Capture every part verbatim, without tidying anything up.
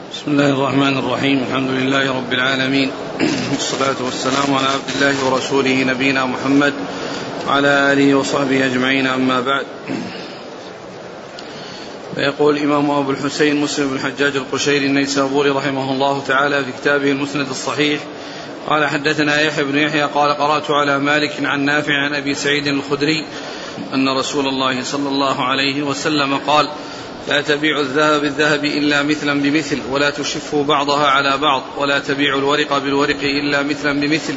بسم الله الرحمن الرحيم. الحمد لله رب العالمين، والصلاة والسلام على عبد الله ورسوله نبينا محمد وعلى آله وصحبه أجمعين، أما بعد. فيقول الإمام أبو الحسين مسلم بن الحجاج القشيري النيسابوري رحمه الله تعالى في كتابه المسند الصحيح قال: حدثنا يحيى بن يحيى قال: قرأت على مالك عن نافع عن أبي سعيد الخدري أن رسول الله صلى الله عليه وسلم قال: لا تبيع الذهب بالذهب إلا مثلا بمثل، ولا تشفوا بعضها على بعض، ولا تبيع الورق بالورق إلا مثلا بمثل،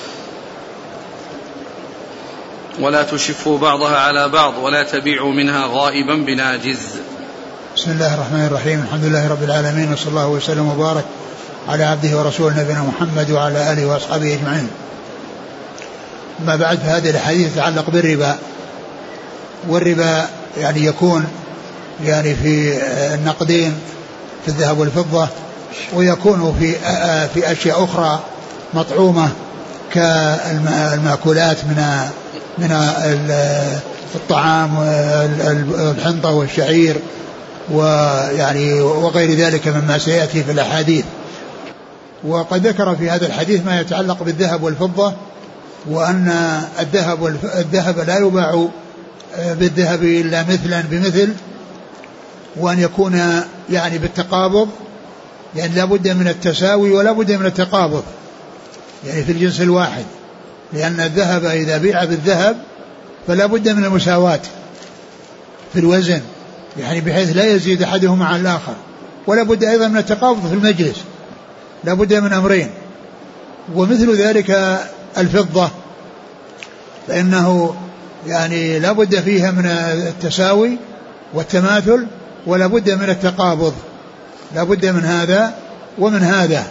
ولا تشفوا بعضها على بعض، ولا تبيعوا منها غائبا بناجز. بسم الله الرحمن الرحيم. الحمد لله رب العالمين، وصلى الله وسلم وبارك على عبده ورسوله نبينا محمد وعلى آله وأصحابه أجمعين. ما بعد، فهذه الحديث يتعلق بالربا، والربا يعني يكون يعني في النقدين في الذهب والفضة، ويكون في في أشياء أخرى مطعومة كالمأكولات من من الطعام، الحنطة والشعير ويعني وغير ذلك مما سيأتي في الأحاديث. وقد ذكر في هذا الحديث ما يتعلق بالذهب والفضة، وأن الذهب الذهب لا يباع بالذهب إلا مثلا بمثل، وأن يكون يعني بالتقابض، يعني لا بد من التساوي ولا بد من التقابض يعني في الجنس الواحد، لأن الذهب إذا بيع بالذهب فلا بد من المساواة في الوزن، يعني بحيث لا يزيد أحدهما عن الآخر، ولا بد أيضا من التقابض في المجلس، لا بد من أمرين. ومثل ذلك الفضة، فإنه يعني لا بد فيها من التساوي والتماثل، ولا بد من التقابض، لا بد من هذا ومن هذا.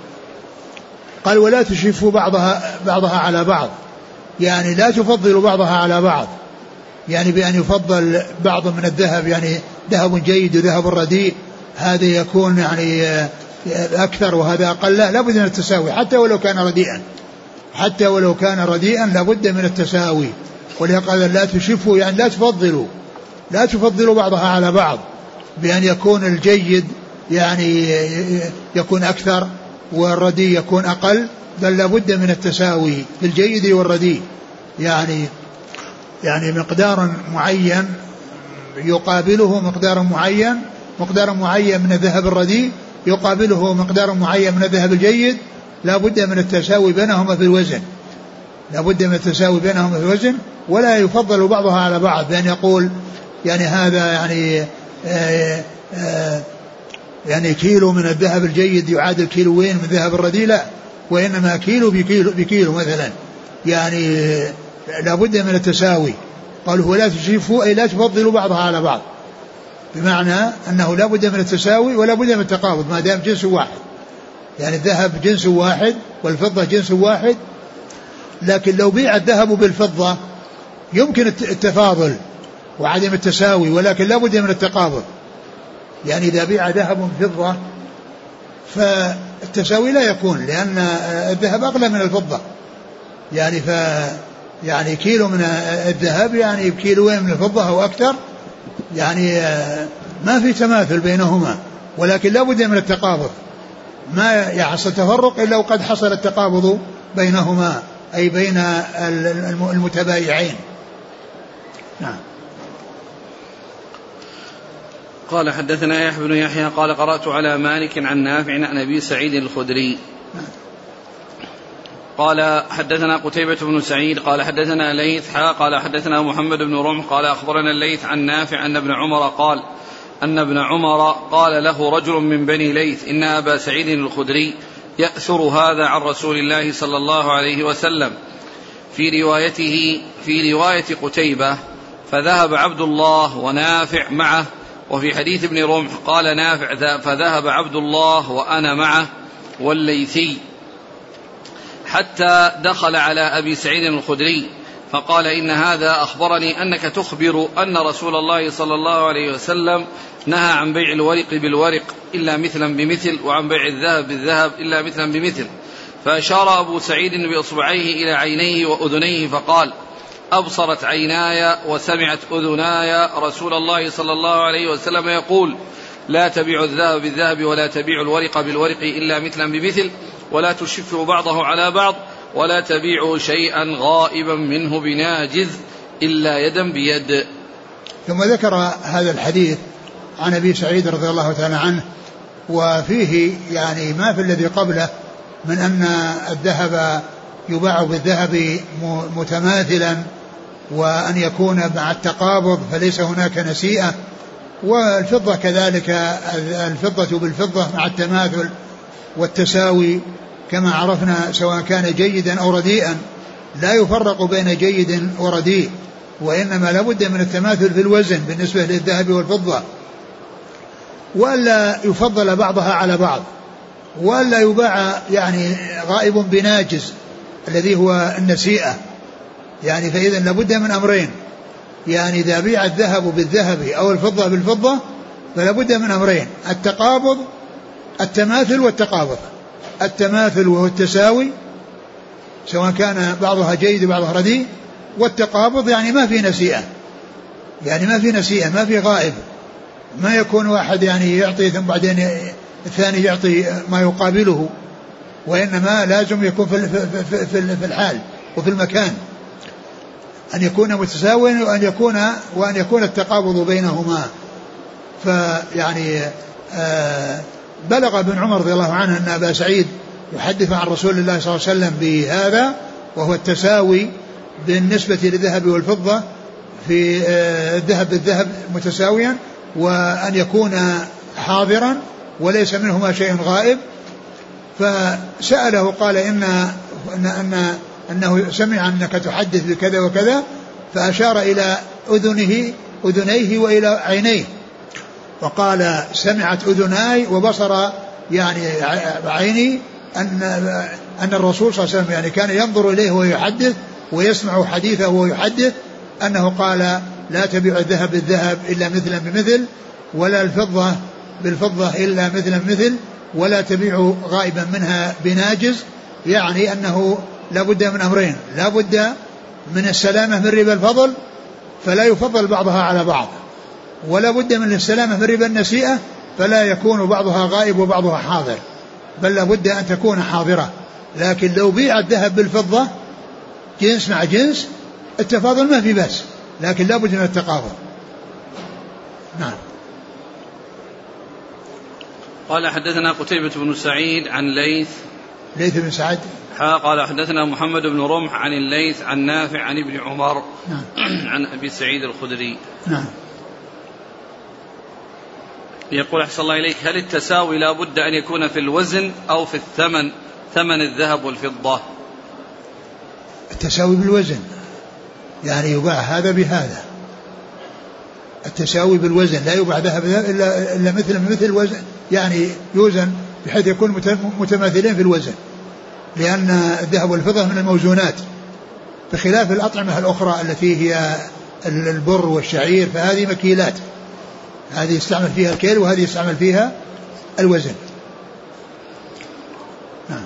قال: ولا تشفوا بعضها بعضها على بعض، يعني لا تفضل بعضها على بعض، يعني بأن يفضل بعض من الذهب، يعني ذهب جيد وذهب رديء، هذا يكون يعني أكثر وهذا أقل، لا, لا بد من التساوي، حتى ولو كان رديئا حتى ولو كان رديئا لا بد من التساوي. ولهذا لا تشفوا، يعني لا تفضلوا لا تفضلوا بعضها على بعض، بأن يكون الجيد يعني يكون أكثر والرديء يكون أقل، بل لا بد من التساوي في الجيد والرديء، يعني يعني مقدار معين يقابله مقدار معين مقدار معين من الذهب الرديء يقابله مقدار معين من الذهب الجيد، لا بد من التساوي بينهما في الوزن لا بد من التساوي بينهما في الوزن ولا يفضل بعضها على بعض، بأن يقول يعني هذا يعني آآ آآ يعني كيلو من الذهب الجيد يعادل كيلوين من الذهب الرديء، لا، وإنما كيلو بكيلو, بكيلو مثلا، يعني لا بد من التساوي. قالوا: ولا تشرفوا، أي لا تفضلوا بعضها على بعض، بمعنى أنه لا بد من التساوي ولا بد من التقابض ما دام جنس واحد، يعني الذهب جنس واحد والفضة جنس واحد. لكن لو بيع الذهب بالفضة يمكن التفاضل وعدم التساوي، ولكن لا بد من التقابض، يعني إذا بيع ذهب فضة فالتساوي لا يكون، لأن الذهب أغلى من الفضة، يعني ف يعني كيلو من الذهب يعني كيلوين من الفضة أو أكثر، يعني ما في تماثل بينهما، ولكن لا بد من التقابض، ما يحصل تفرق إلا وقد حصل التقابض بينهما، أي بين المتبايعين. نعم. قال: حدثنا يحيى بن يحيى قال: قرأت على مالك عن نافع عن أبي سعيد الخدري. قال: حدثنا قتيبة بن سعيد قال: حدثنا ليث حا قال: حدثنا محمد بن رمح قال: أخبرنا الليث عن نافع أن ابن عمر قال أن ابن عمر قال له رجل من بني ليث: إن أبا سعيد الخدري يأثر هذا عن رسول الله صلى الله عليه وسلم. في روايته في رواية قتيبة: فذهب عبد الله ونافع معه. وفي حديث ابن رمح قال نافع: فذهب عبد الله وأنا معه والليثي، حتى دخل على أبي سعيد الخدري فقال: إن هذا أخبرني أنك تخبر أن رسول الله صلى الله عليه وسلم نهى عن بيع الورق بالورق إلا مثلا بمثل، وعن بيع الذهب بالذهب إلا مثلا بمثل. فأشار أبو سعيد بإصبعيه إلى عينيه وأذنيه فقال: أبصرت عيناي وسمعت أذناي رسول الله صلى الله عليه وسلم يقول: لا تبيع الذهب بالذهب ولا تبيع الورق بالورق إلا مثلا بمثل ولا تشفوا بعضه على بعض ولا تبيعوا شيئا غائبا منه بناجز إلا يدا بيد. ثم ذكر هذا الحديث عن أبي سعيد رضي الله تعالى عنه وفيه يعني ما في الذي قبله من أن الذهب يباع بالذهب متماثلا وأن يكون مع التقابض فليس هناك نسيئة، والفضة كذلك الفضة بالفضة مع التماثل والتساوي كما عرفنا سواء كان جيدا أو رديئا، لا يفرق بين جيد ورديء، وإنما لابد من التماثل في الوزن بالنسبة للذهب والفضة، وألا يفضل بعضها على بعض، وألا يباع يعني غائب بناجز الذي هو النسيئة. يعني فإذا لابد من أمرين، يعني إذا بيع الذهب بالذهب أو الفضة بالفضة فلابد من أمرين: التقابض التماثل والتقابض. التماثل وهو التساوي سواء كان بعضها جيد وبعضها رديء، والتقابض يعني ما في نسيئة، يعني ما في نسيئة ما في غائب، ما يكون واحد يعني يعطي ثم بعدين الثاني يعطي ما يقابله، وإنما لازم يكون في في الحال وفي المكان، أن يكون متساويا وأن يكون وأن يكون التقابض بينهما. فيعني آه بلغ ابن عمر رضي الله عنه أن أبا سعيد يحدث عن رسول الله صلى الله عليه وسلم بهذا، وهو التساوي بالنسبة للذهب والفضة في آه الذهب بالذهب متساويا، وأن يكون حاضرا وليس منهما شيء غائب. فسأله قال إن, إن, إن أنه سمع أنك تحدث بكذا وكذا، فأشار إلى أذنه أذنيه وإلى عينيه، وقال سمعت أذناي وبصر يعني عيني أن, أن الرسول صلى الله عليه وسلم يعني كان ينظر إليه وهو يحدث ويسمع حديثه وهو يحدث أنه قال: لا تبيع الذهب بالذهب إلا مثلا بمثل، ولا الفضة بالفضة إلا مثلا بمثل، ولا تبيع غائبا منها بناجز. يعني أنه لا بد من أمرين: لا بد من السلامة من ربا الفضل فلا يفضل بعضها على بعض، ولا بد من السلامة من ربا النسيئة فلا يكون بعضها غائب وبعضها حاضر، بل لا بد أن تكون حاضرة. لكن لو بيع الذهب بالفضة جنس مع جنس التفاضل ما في بس، لكن لا بد من التقابض. نعم. قال حدثنا قتيبة بن سعيد عن ليث ليث بن سعد قال حدثنا محمد بن رمح عن الليث عن نافع عن ابن عمر نعم. عن أبي سعيد الخدري. نعم. يقول أحسن الله إليك: هل التساوي لا بد أن يكون في الوزن أو في الثمن، ثمن الذهب والفضة؟ التساوي بالوزن، يعني يباع هذا بهذا، التساوي بالوزن، لا يباع ذهب إلا, إلا مثل مثل وزن، يعني يوزن بحيث يكون متماثلين في الوزن، لأن الذهب والفضة من الموزونات، بخلاف الأطعمة الأخرى التي هي البر والشعير فهذه مكيلات، هذه يستعمل فيها الكيل وهذه يستعمل فيها الوزن. نعم.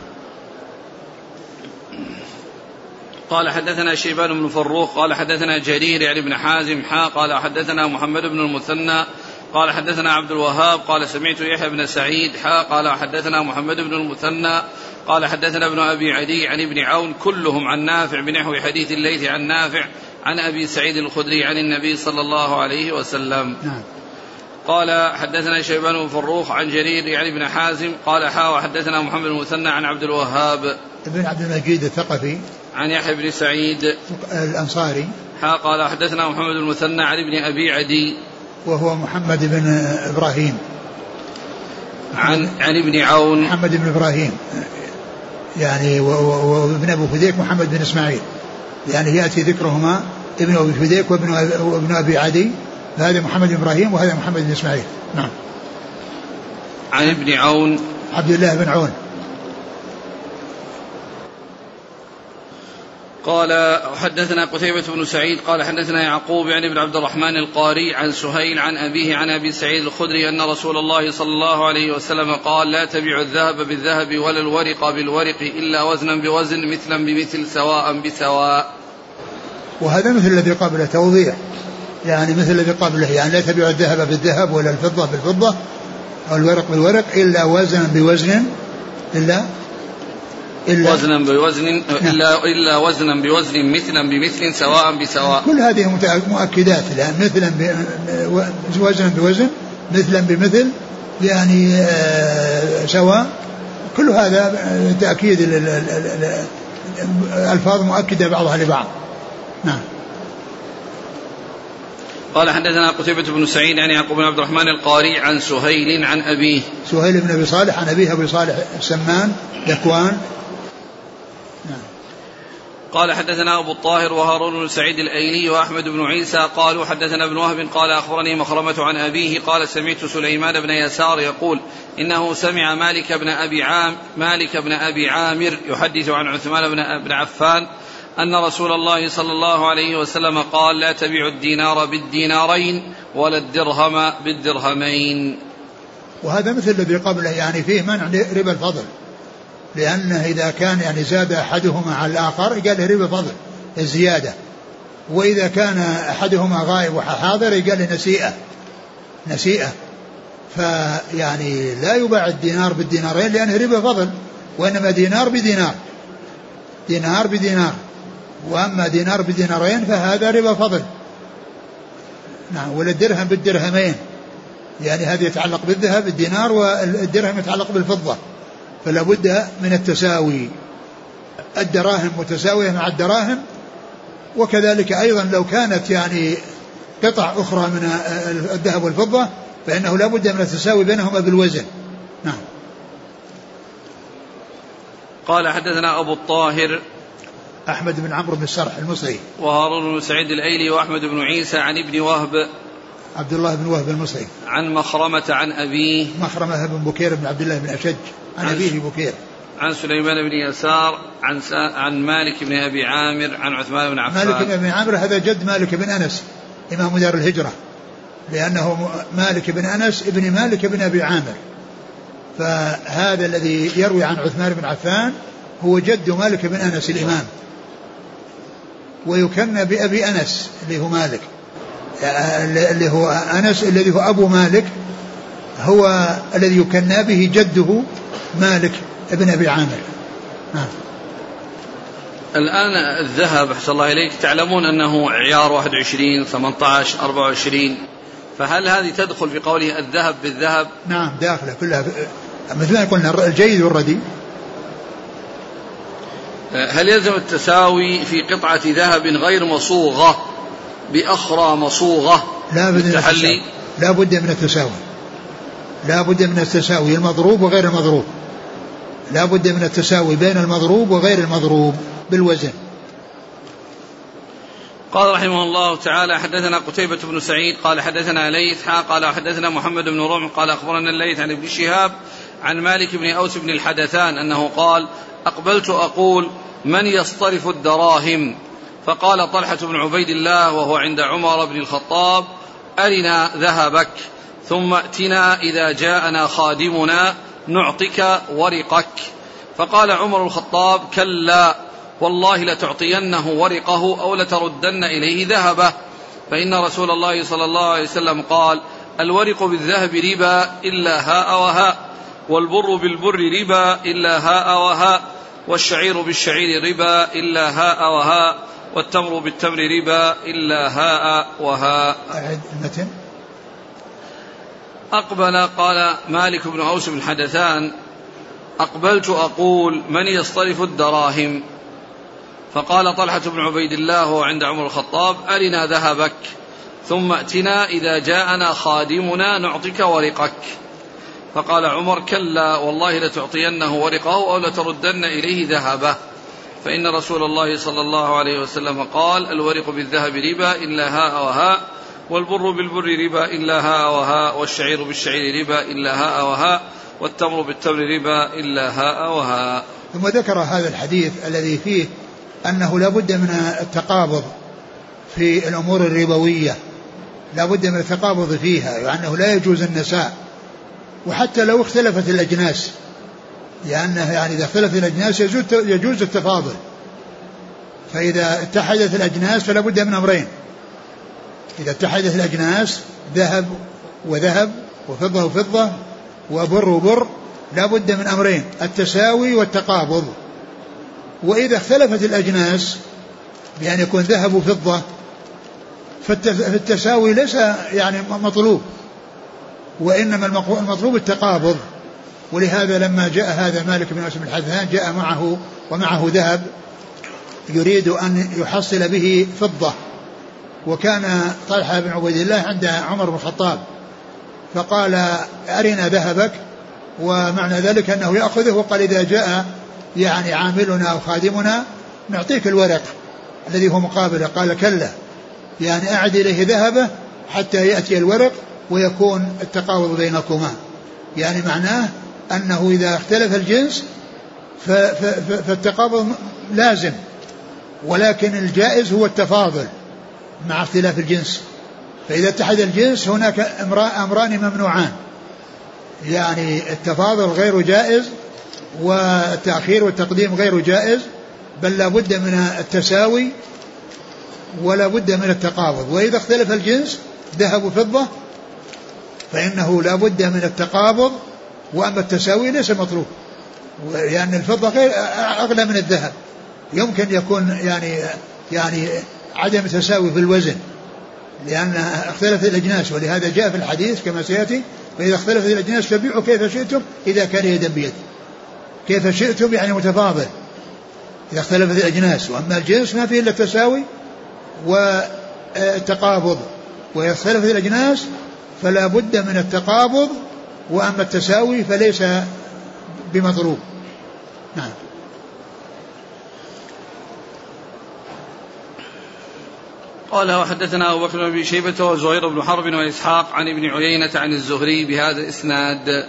قال حدثنا شيبان بن فروخ قال حدثنا جرير يعني ابن حازم حا قال حدثنا محمد بن المثنى قال حدثنا عبد الوهاب قال سمعت يحيى بن سعيد حا قال حدثنا محمد بن المثنى قال حدثنا ابن أبي عدي عن ابن عون كلهم عن نافع بنحو حديث الليث عن نافع عن أبي سعيد الخدري عن النبي صلى الله عليه وسلم. نعم. قال حدثنا شيبان بن فروخ عن جرير يعني ابن حازم قال حا وحدثنا محمد بن المثنى عن عبد الوهاب ابن عبد المجيد الثقفي عن يحيى بن سعيد الأنصاري حا قال حدثنا محمد بن المثنى عن ابن أبي عدي وهو محمد بن إبراهيم عن عن ابن عون محمد بن إبراهيم يعني وابن أبو فديك محمد بن إسماعيل، يعني يأتي ذكرهما ابن أبي فديك وابن وابن أبي عدي، هذا محمد بن إبراهيم وهذا محمد بن إسماعيل. نعم. عن ابن عون عبد الله بن عون. قال حدثنا قتيبة بن سعيد قال حدثنا يعقوب يعني بن عبد الرحمن القاري عن سهيل عن أبيه عن أبي سعيد الخدري أن رسول الله صلى الله عليه وسلم قال: لا تبيع الذهب بالذهب ولا الورق بالورق إلا وزنا بوزن مثلا بمثل سواء بسواء. وهذا مثل الذي قبله توضيح، يعني مثل الذي قبله، يعني لا تبيع الذهب بالذهب ولا الفضة بالفضة أو الورق بالورق إلا وزنا بوزن إلا إلا وزنا بوزن إلا إلا وزنا بوزن مثلا بمثل سواء بسواء. كل هذه مؤكدات، لأن مثلا وزنا بوزن مثلا بمثل يعني سواء، كل هذا تأكيد الألفاظ مؤكدة بعضها لبعض. نعم. قال حدثنا قتيبة بن سعيد عن يعقوب بن عبد الرحمن القاري عن سهيل عن أبيه سهيل بن أبي صالح عن أبيه أبي صالح السمان ذكوان. نعم. قال حدثنا أبو الطاهر وهارون بن سعيد الأيلي وأحمد بن عيسى قالوا حدثنا ابن وهب قال أخبرني مخرمة عن أبيه قال سمعت سليمان بن يسار يقول إنه سمع مالك بن أبي عام مالك بن أبي عامر يحدث عن عثمان بن عفان أن رسول الله صلى الله عليه وسلم قال لا تبيع الدينار بالدينارين ولا الدرهم بالدرهمين. وهذا مثل الذي قبله، يعني فيه منع ربا الفضل، لأنه إذا كان يعني زاد أحدهما على الآخر قال له ربا فضل الزيادة، وإذا كان أحدهما غائب وحاضر قال له نسيئة نسيئة فيعني لا يباع الدينار بالدينارين لأنه ربا فضل، وإنما دينار بدينار دينار بدينار، وأما دينار بدينارين فهذا ربا فضل. نعم. ولا الدرهم بالدرهمين، يعني هذا يتعلق بالذهب الدينار والدرهم يتعلق بالفضة، فلا بد من التساوي، الدراهم متساوية مع الدراهم، وكذلك أيضا لو كانت يعني قطع أخرى من الذهب والفضة فإنه لا بد من التساوي بينهما بالوزن. نعم. قال حدثنا أبو الطاهر أحمد بن عمرو بن السرح المصري وهارون بن سعيد الأيلي وأحمد بن عيسى عن ابن وهب عبد الله بن وهب المصري عن مخرمة عن أبيه مخرمة بن بكير بن عبد الله بن أشج عن, عن أبيه بكير عن سليمان بن يسار عن, عن مالك بن أبي عامر عن عثمان بن عفان. مالك بن أبي عامر هذا جد مالك بن أنس إمام دار الهجرة، لأنه مالك بن أنس ابن مالك بن أبي عامر، فهذا الذي يروي عن عثمان بن عفان هو جد مالك بن أنس الإمام، ويكنى بأبي أنس اللي هو مالك اللي هو أنس الذي هو أبو مالك، هو الذي يكنى به جده مالك ابن أبي عامر. آه. الآن الذهب أحسن الله إليك تعلمون أنه عيار واحد وعشرين ثمانية عشر أربعة وعشرين، فهل هذه تدخل في قوله الذهب بالذهب؟ نعم داخلة كلها مثل ما قلنا الجيد والردي. هل يلزم التساوي في قطعة ذهب غير مصوغة بأخرى مصوغة؟ لا بد من التساوي، لا بد من التساوي لا بد من التساوي المضروب وغير المضروب، لا بد من التساوي بين المضروب وغير المضروب بالوزن. قال رحمه الله تعالى حدثنا قتيبة بن سعيد قال حدثنا ليث قال حدثنا محمد بن رمح قال أخبرنا الليث عن ابن شهاب عن مالك بن أوس بن الحدثان أنه قال أقبلت أقول من يصطرف الدراهم، فقال طلحة بن عبيد الله وهو عند عمر بن الخطاب أرنا ذهبك ثم ائتنا إذا جاءنا خادمنا نعطك ورقك. فقال عمر الخطاب كلا والله لتعطينه ورقه أو لتردن إليه ذهبه، فإن رسول الله صلى الله عليه وسلم قال الورق بالذهب ربا إلا هاء وهاء، والبر بالبر ربا إلا هاء وهاء، والشعير بالشعير ربا إلا هاء وهاء، والتمر بالتمر ربا إلا هاء وهاء. أعد المتن. أقبل قال مالك بن أوس بن الحدثان أقبلت أقول من يصطرف الدراهم، فقال طلحة بن عبيد الله وهو عند عمر الخطاب أرنا ذهبك ثم ائتنا إذا جاءنا خادمنا نعطيك ورقك. فقال عمر كلا والله لتعطينه ورقه أو لتردن إليه ذهبه، فإن رسول الله صلى الله عليه وسلم قال الورق بالذهب ربا إلا هاء وهاء، والبر بالبر ربا إلا هاء وهاء، والشعير بالشعير ربا إلا هاء وهاء، والتمر بالتمر ربا إلا هاء وهاء. ثم ذكر هذا الحديث الذي فيه أنه لا بد من التقابض في الأمور الربوية، لا بد من التقابض فيها، وأنه لا يجوز النساء، وحتى لو اختلفت الأجناس، لأنه يعني إذا اختلفت الأجناس يجوز التفاضل، فإذا اتحدت الأجناس فلا بد من أمرين، إذا اتحدت الأجناس ذهب وذهب وفضة وفضة وبر وبر لا بد من أمرين: التساوي والتقابض. وإذا اختلفت الأجناس بأن يكون ذهب وفضة فالتساوي ليس يعني مطلوب، وإنما المطلوب التقابض. ولهذا لما جاء هذا مالك بن أنس بن الحدثان جاء معه ومعه ذهب يريد أن يحصل به فضة، وكان طلحة بن عبيد الله عند عمر بن الخطاب فقال: أرنا ذهبك. ومعنى ذلك أنه يأخذه، وقال: إذا جاء يعني عاملنا أو خادمنا نعطيك الورق الذي هو مقابله. قال: كلا، يعني أعد إليه ذهبه حتى يأتي الورق ويكون التقابض بينكما. يعني معناه أنه إذا اختلف الجنس فالتقابض لازم، ولكن الجائز هو التفاضل مع اختلاف الجنس. فإذا اتحد الجنس هناك أمران ممنوعان، يعني التفاضل غير جائز والتأخير والتقديم غير جائز، بل لا بد من التساوي ولا بد من التقابض. وإذا اختلف الجنس ذهب وفضة فإنه لا بد من التقابض، وأما التساوي ليس مطلوب، لأن يعني الفضة غير أغلى من الذهب، يمكن يكون يعني يعني عدم تساوي في الوزن لأن اختلفت الأجناس. ولهذا جاء في الحديث كما سيأتي: فإذا اختلفت الأجناس فبيعوا كيف شئتم إذا كان يدا بيد. كيف شئتم يعني متفاضل إذا اختلفت الأجناس، وأما الجنس ما فيه إلا التساوي والتقابض. وإذا اختلفت الأجناس فلا بد من التقابض، وأما التساوي فليس بمطلوب. نعم. قال: وحدثنا أبو بكر بن أبي شيبة وزهير بن حرب وإسحاق عن ابن عيينة عن الزهري بهذا الإسناد.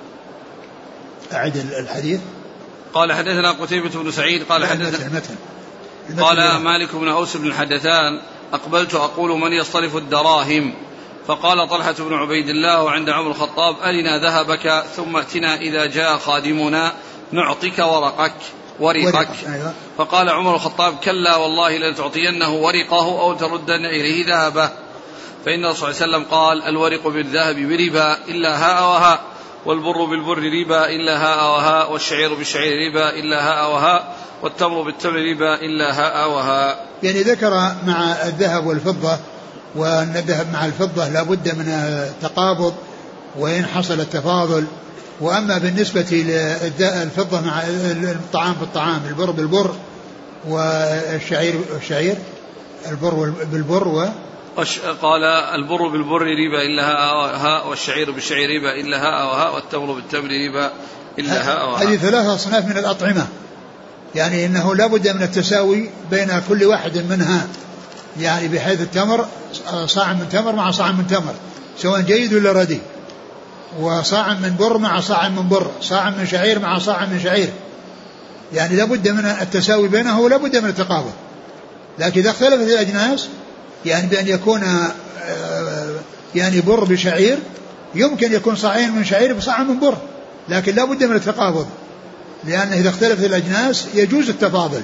أعد الحديث. قال: حدثنا قتيبة بن سعيد قال حدثنا المتن. المتن قال مالك بن أوس بن الحدثان: أقبلت أقول: من يصطرف الدراهم؟ فقال طلحة بن عبيد الله عند عمر الخطاب: أرنا ذهبك ثم ائتنا إذا جاء خادمنا نعطيك ورقك ورقك. أيوة. فقال عمر الخطاب: كلا والله لن تعطينه ورقه أو تردن إليه ذهبه. فإن الرسول صلى الله عليه وسلم قال: الورق بالذهب بربا إلا هاء وهاء، والبر بالبر ربا إلا هاء وهاء، والشعير بالشعير ربا إلا هاء وهاء، والتمر بالتمر ربا إلا هاء وهاء. يعني ذكر مع الذهب والفضة وأن الذهب مع الفضة لا بد من التقابض وإن حصل التفاضل. وأما بالنسبة للفضة مع الطعام في الطعام، البر بالبر والشعير والشعير، البر بالبر و قال: البر بالبر ربا إلا هاء وهاء، والشعير بالشعير ربا إلا هاء وهاء، والتمر بالتمر ربا إلا هاء وهاء. هذه ثلاثة أصناف من الأطعمة، يعني إنه لا بد من التساوي بين كل واحد منها، يعني بحيث التمر صاع من تمر مع صاع من تمر سواء جيد ولا ردي، وصاع من بر مع صاع من بر، صاع من شعير مع صاع من شعير، يعني لا بد من التساوي بينه ولا بد من التقابل. لكن إذا اختلفت الأجناس يعني بأن يكون يعني بر بشعير، يمكن يكون صاعين من شعير بصاع من بر، لكن لا بد من التقابل، لأن إذا اختلفت الأجناس يجوز التفاضل.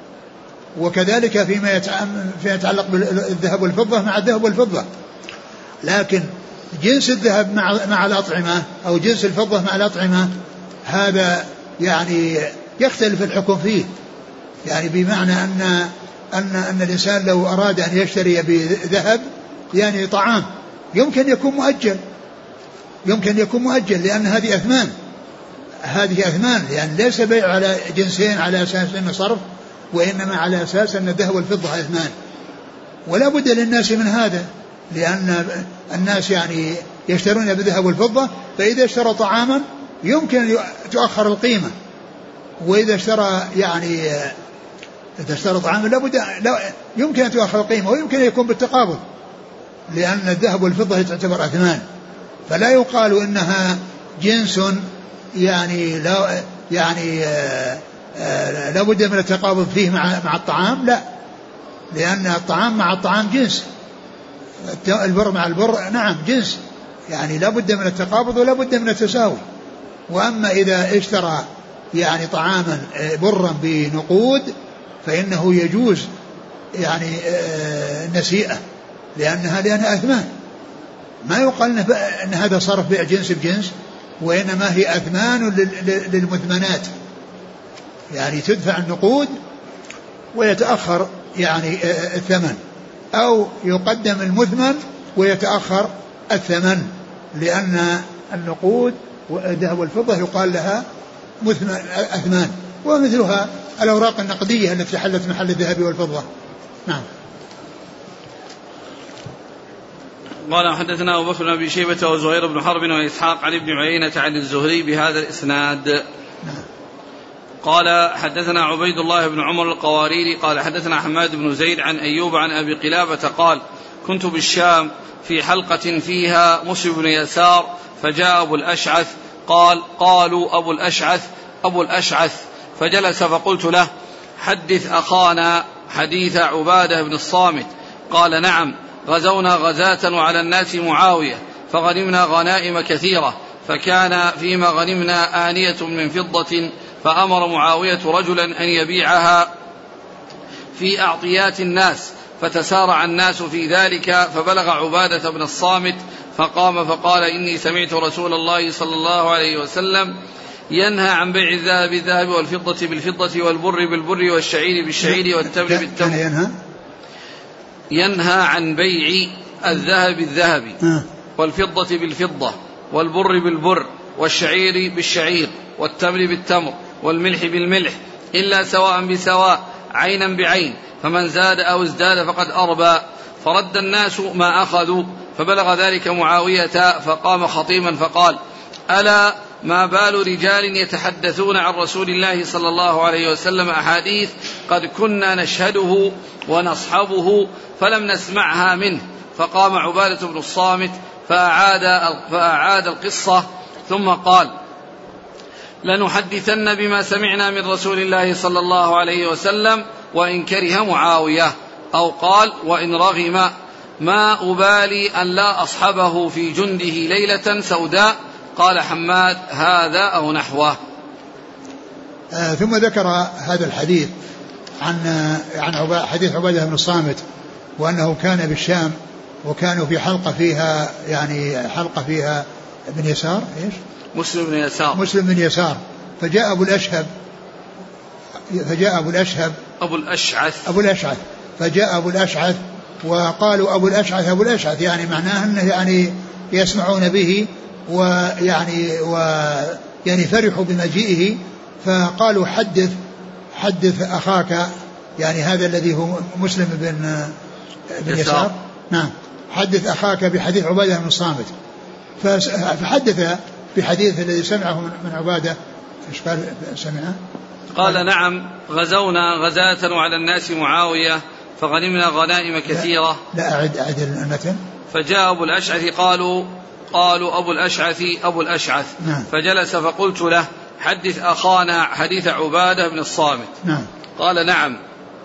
وكذلك فيما يتعلق بالذهب والفضة مع الذهب والفضة، لكن جنس الذهب مع مع الأطعمة أو جنس الفضة مع الأطعمة هذا يعني يختلف الحكم فيه، يعني بمعنى أن أن أن الإنسان لو أراد أن يشتري بذهب يعني طعام يمكن يكون مؤجل، يمكن يكون مؤجل لأن هذه أثمان، هذه أثمان، يعني ليس بيع على جنسين على أساس أنه صرف، وإنما على أساس أن الذهب والفضة أثمان. ولا بد للناس من هذا، لأن الناس يعني يشترون بالذهب والفضة، فإذا اشترى طعاما يمكن تؤخر القيمة، وإذا اشترى يعني إذا اشترى طعاما لا بد لا يمكن أن تؤخر القيمة، ويمكن أن يكون بالتقابض، لأن الذهب والفضة تعتبر أثمان، فلا يقال إنها جنس يعني لا يعني آآ آآ لا بد من التقابض فيه مع مع الطعام، لا، لأن الطعام مع الطعام جنس، البر مع البر نعم جنس، يعني لا بد من التقابض ولا بد من التساوي. وأما إذا اشترى يعني طعاما برا بنقود فإنه يجوز يعني نسيئة، لأنها لأنها أثمان، ما يقال إن هذا صرف بيع جنس بجنس، وإنما هي أثمان للمثمنات، يعني تدفع النقود ويتأخر يعني الثمن، أو يقدم المثمن ويتأخر الثمن، لأن النقود والذهب والفضة يقال لها أثمان، ومثلها الأوراق النقدية التي حلت محل الذهب والفضة. نعم. قال حدثنا أبو بكر بن أبي شيبة وزهير بن حرب وإسحاق عن ابن عيينة عن الزهري بهذا الإسناد. نعم. قال حدثنا عبيد الله بن عمر القواريري قال حدثنا حماد بن زيد عن أيوب عن أبي قلابة قال كنت بالشام في حلقة فيها مسلم بن يسار فجاء أبو الأشعث قال قالوا أبو الأشعث أبو الأشعث فجلس فقلت له حدث أخانا حديث عبادة بن الصامت. قال نعم غزونا غزاة وعلى الناس معاوية فغنمنا غنائم كثيرة فكان فيما غنمنا آنية من فضة فأمر معاوية رجلا أن يبيعها في أعطيات الناس فتسارع الناس في ذلك فبلغ عبادة بن الصامت فقام فقال إني سمعت رسول الله صلى الله عليه وسلم ينهى عن بيع الذهب بالذهب والفضة بالفضة والبر بالبر والشعير بالشعير والتمر بالتمر. ينهى ينهى عن بيع الذهب بالذهب والفضة بالفضة والبر بالبر والشعير بالشعير والتمر بالتمر والملح بالملح إلا سواء بسواء عينا بعين فمن زاد أو ازداد فقد أربى. فرد الناس ما أخذوا فبلغ ذلك معاوية فقام خطيما فقال ألا ما بال رجال يتحدثون عن رسول الله صلى الله عليه وسلم أحاديث قد كنا نشهده ونصحبه فلم نسمعها منه. فقام عبادة بن الصامت فأعاد, فأعاد القصة ثم قال لنحدثن بما سمعنا من رسول الله صلى الله عليه وسلم وإن كره معاوية أو قال وإن رغم ما أبالي أن لا أصحبه في جنده ليلة سوداء. قال حماد هذا أو نحوه. آه ثم ذكر هذا الحديث عن عن حديث عبادة بن الصامت وأنه كان بالشام وكانوا في حلقة فيها يعني حلقة فيها ابن يسار إيش؟ مسلم بن يسار مسلم بن يسار فجاء أبو الأشهب فجاء أبو الأشهب أبو الأشعث أبو الأشعث فجاء أبو الأشعث وقالوا أبو الأشعث أبو الأشعث يعني معناه أنه يعني يسمعون به ويعني ويعني فرحوا بمجيئه فقالوا حدث حدث أخاك يعني هذا الذي هو مسلم بن بن يسار نعم حدث أخاك بحديث عبادة بن الصامت فحدث بحديث الذي سمعه من عبادة. ايش قال سمعه؟ قال نعم غزونا غزاة وعلى الناس معاوية فغنمنا غنائم كثيرة. لا, لا أعد أعد المتن. فجاء أبو الأشعث قالوا قالوا أبو الأشعث أبو الأشعث نعم. فجلس فقلت له حدث أخانا حديث عبادة بن الصامت. نعم. قال نعم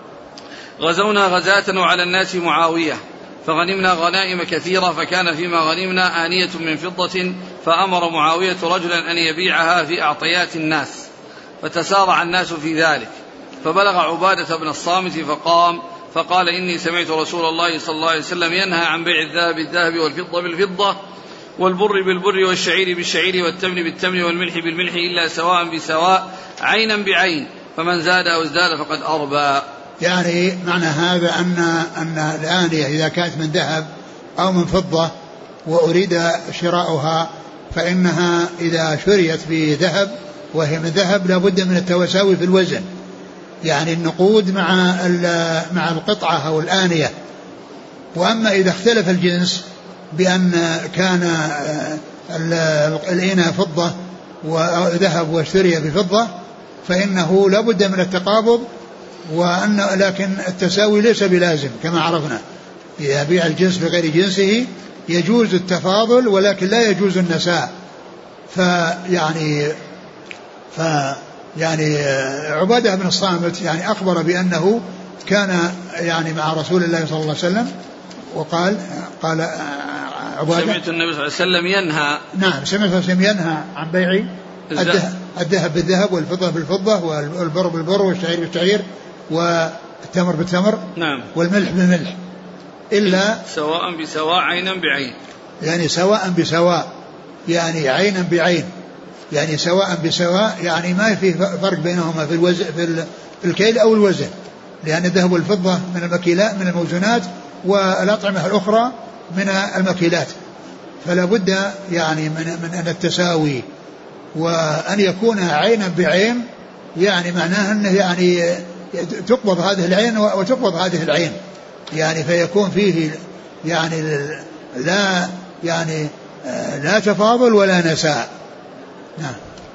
غزونا غزاة وعلى الناس معاوية فغنمنا غنائم كثيرة فكان فيما غنمنا آنية من فضة فأمر معاوية رجلا أن يبيعها في أعطيات الناس فتسارع الناس في ذلك فبلغ عبادة بن الصامت فقام فقال إني سمعت رسول الله صلى الله عليه وسلم ينهى عن بيع الذهب بالذهب والفضة بالفضة والبر بالبر والشعير بالشعير والتمر بالتمر والملح بالملح إلا سواء بسواء عينا بعين فمن زاد أو ازداد فقد أربى. يعني معنى هذا أن أن الآنية إذا كانت من ذهب أو من فضة وأريد شراؤها فإنها إذا شريت بذهب وهي من ذهب لا بد من التوساوي في الوزن يعني النقود مع مع القطعة أو الآنية. وأما إذا اختلف الجنس بأن كان الإناء فضة وذهب واشتري بفضة فإنه لا بد من التقابض وأن لكن التساوي ليس بلازم كما عرفنا إذا بيع الجنس بغير جنسه يجوز التفاضل ولكن لا يجوز النساء. فيعني ف يعني عبادة بن الصامت يعني أخبر بأنه كان يعني مع رسول الله صلى الله عليه وسلم وقال قال عبادة سمعت النبي صلى الله عليه وسلم ينهى نعم سمعت النبي صلى الله عليه وسلم ينهى عن بيع الذهب بالذهب والفضة بالفضة والبر بالبر والشعير بالشعير والتمر بالتمر نعم والملح بالملح إلا سواء بسواء عينا بعين يعني سواء بسواء يعني عينا بعين يعني سواء بسواء، يعني ما في فرق بينهما في الوزن في الكيل أو الوزن، لأن الذهب والفضة من المكيلات من الموزونات، والأطعمة الأخرى من المكيلات، فلا بد يعني من, من أن التساوي، وأن يكون عينا بعين، يعني معناه أنه يعني تقبض هذه العين وتقبض هذه العين، يعني فيكون فيه يعني لا يعني لا تفاضل ولا نساء. نعم.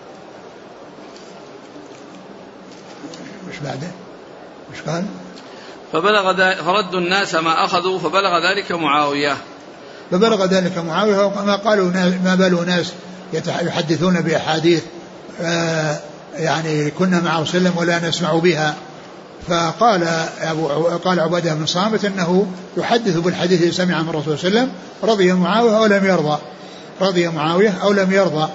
مش بعده مش قال فبلغ فرد الناس ما أخذوا فبلغ ذلك معاوية فبلغ ذلك معاوية وما قالوا ما بالوا ناس يحدثون بأحاديث آه يعني كنا مع رسول الله ولا نسمع بها، فقال أبو قال عبادة بن صامت أنه يحدث بالحديث الذي سمع من الرسول صلى الله عليه وسلم، رضي معاوية أو لم يرضى رضي معاوية أو لم يرضى.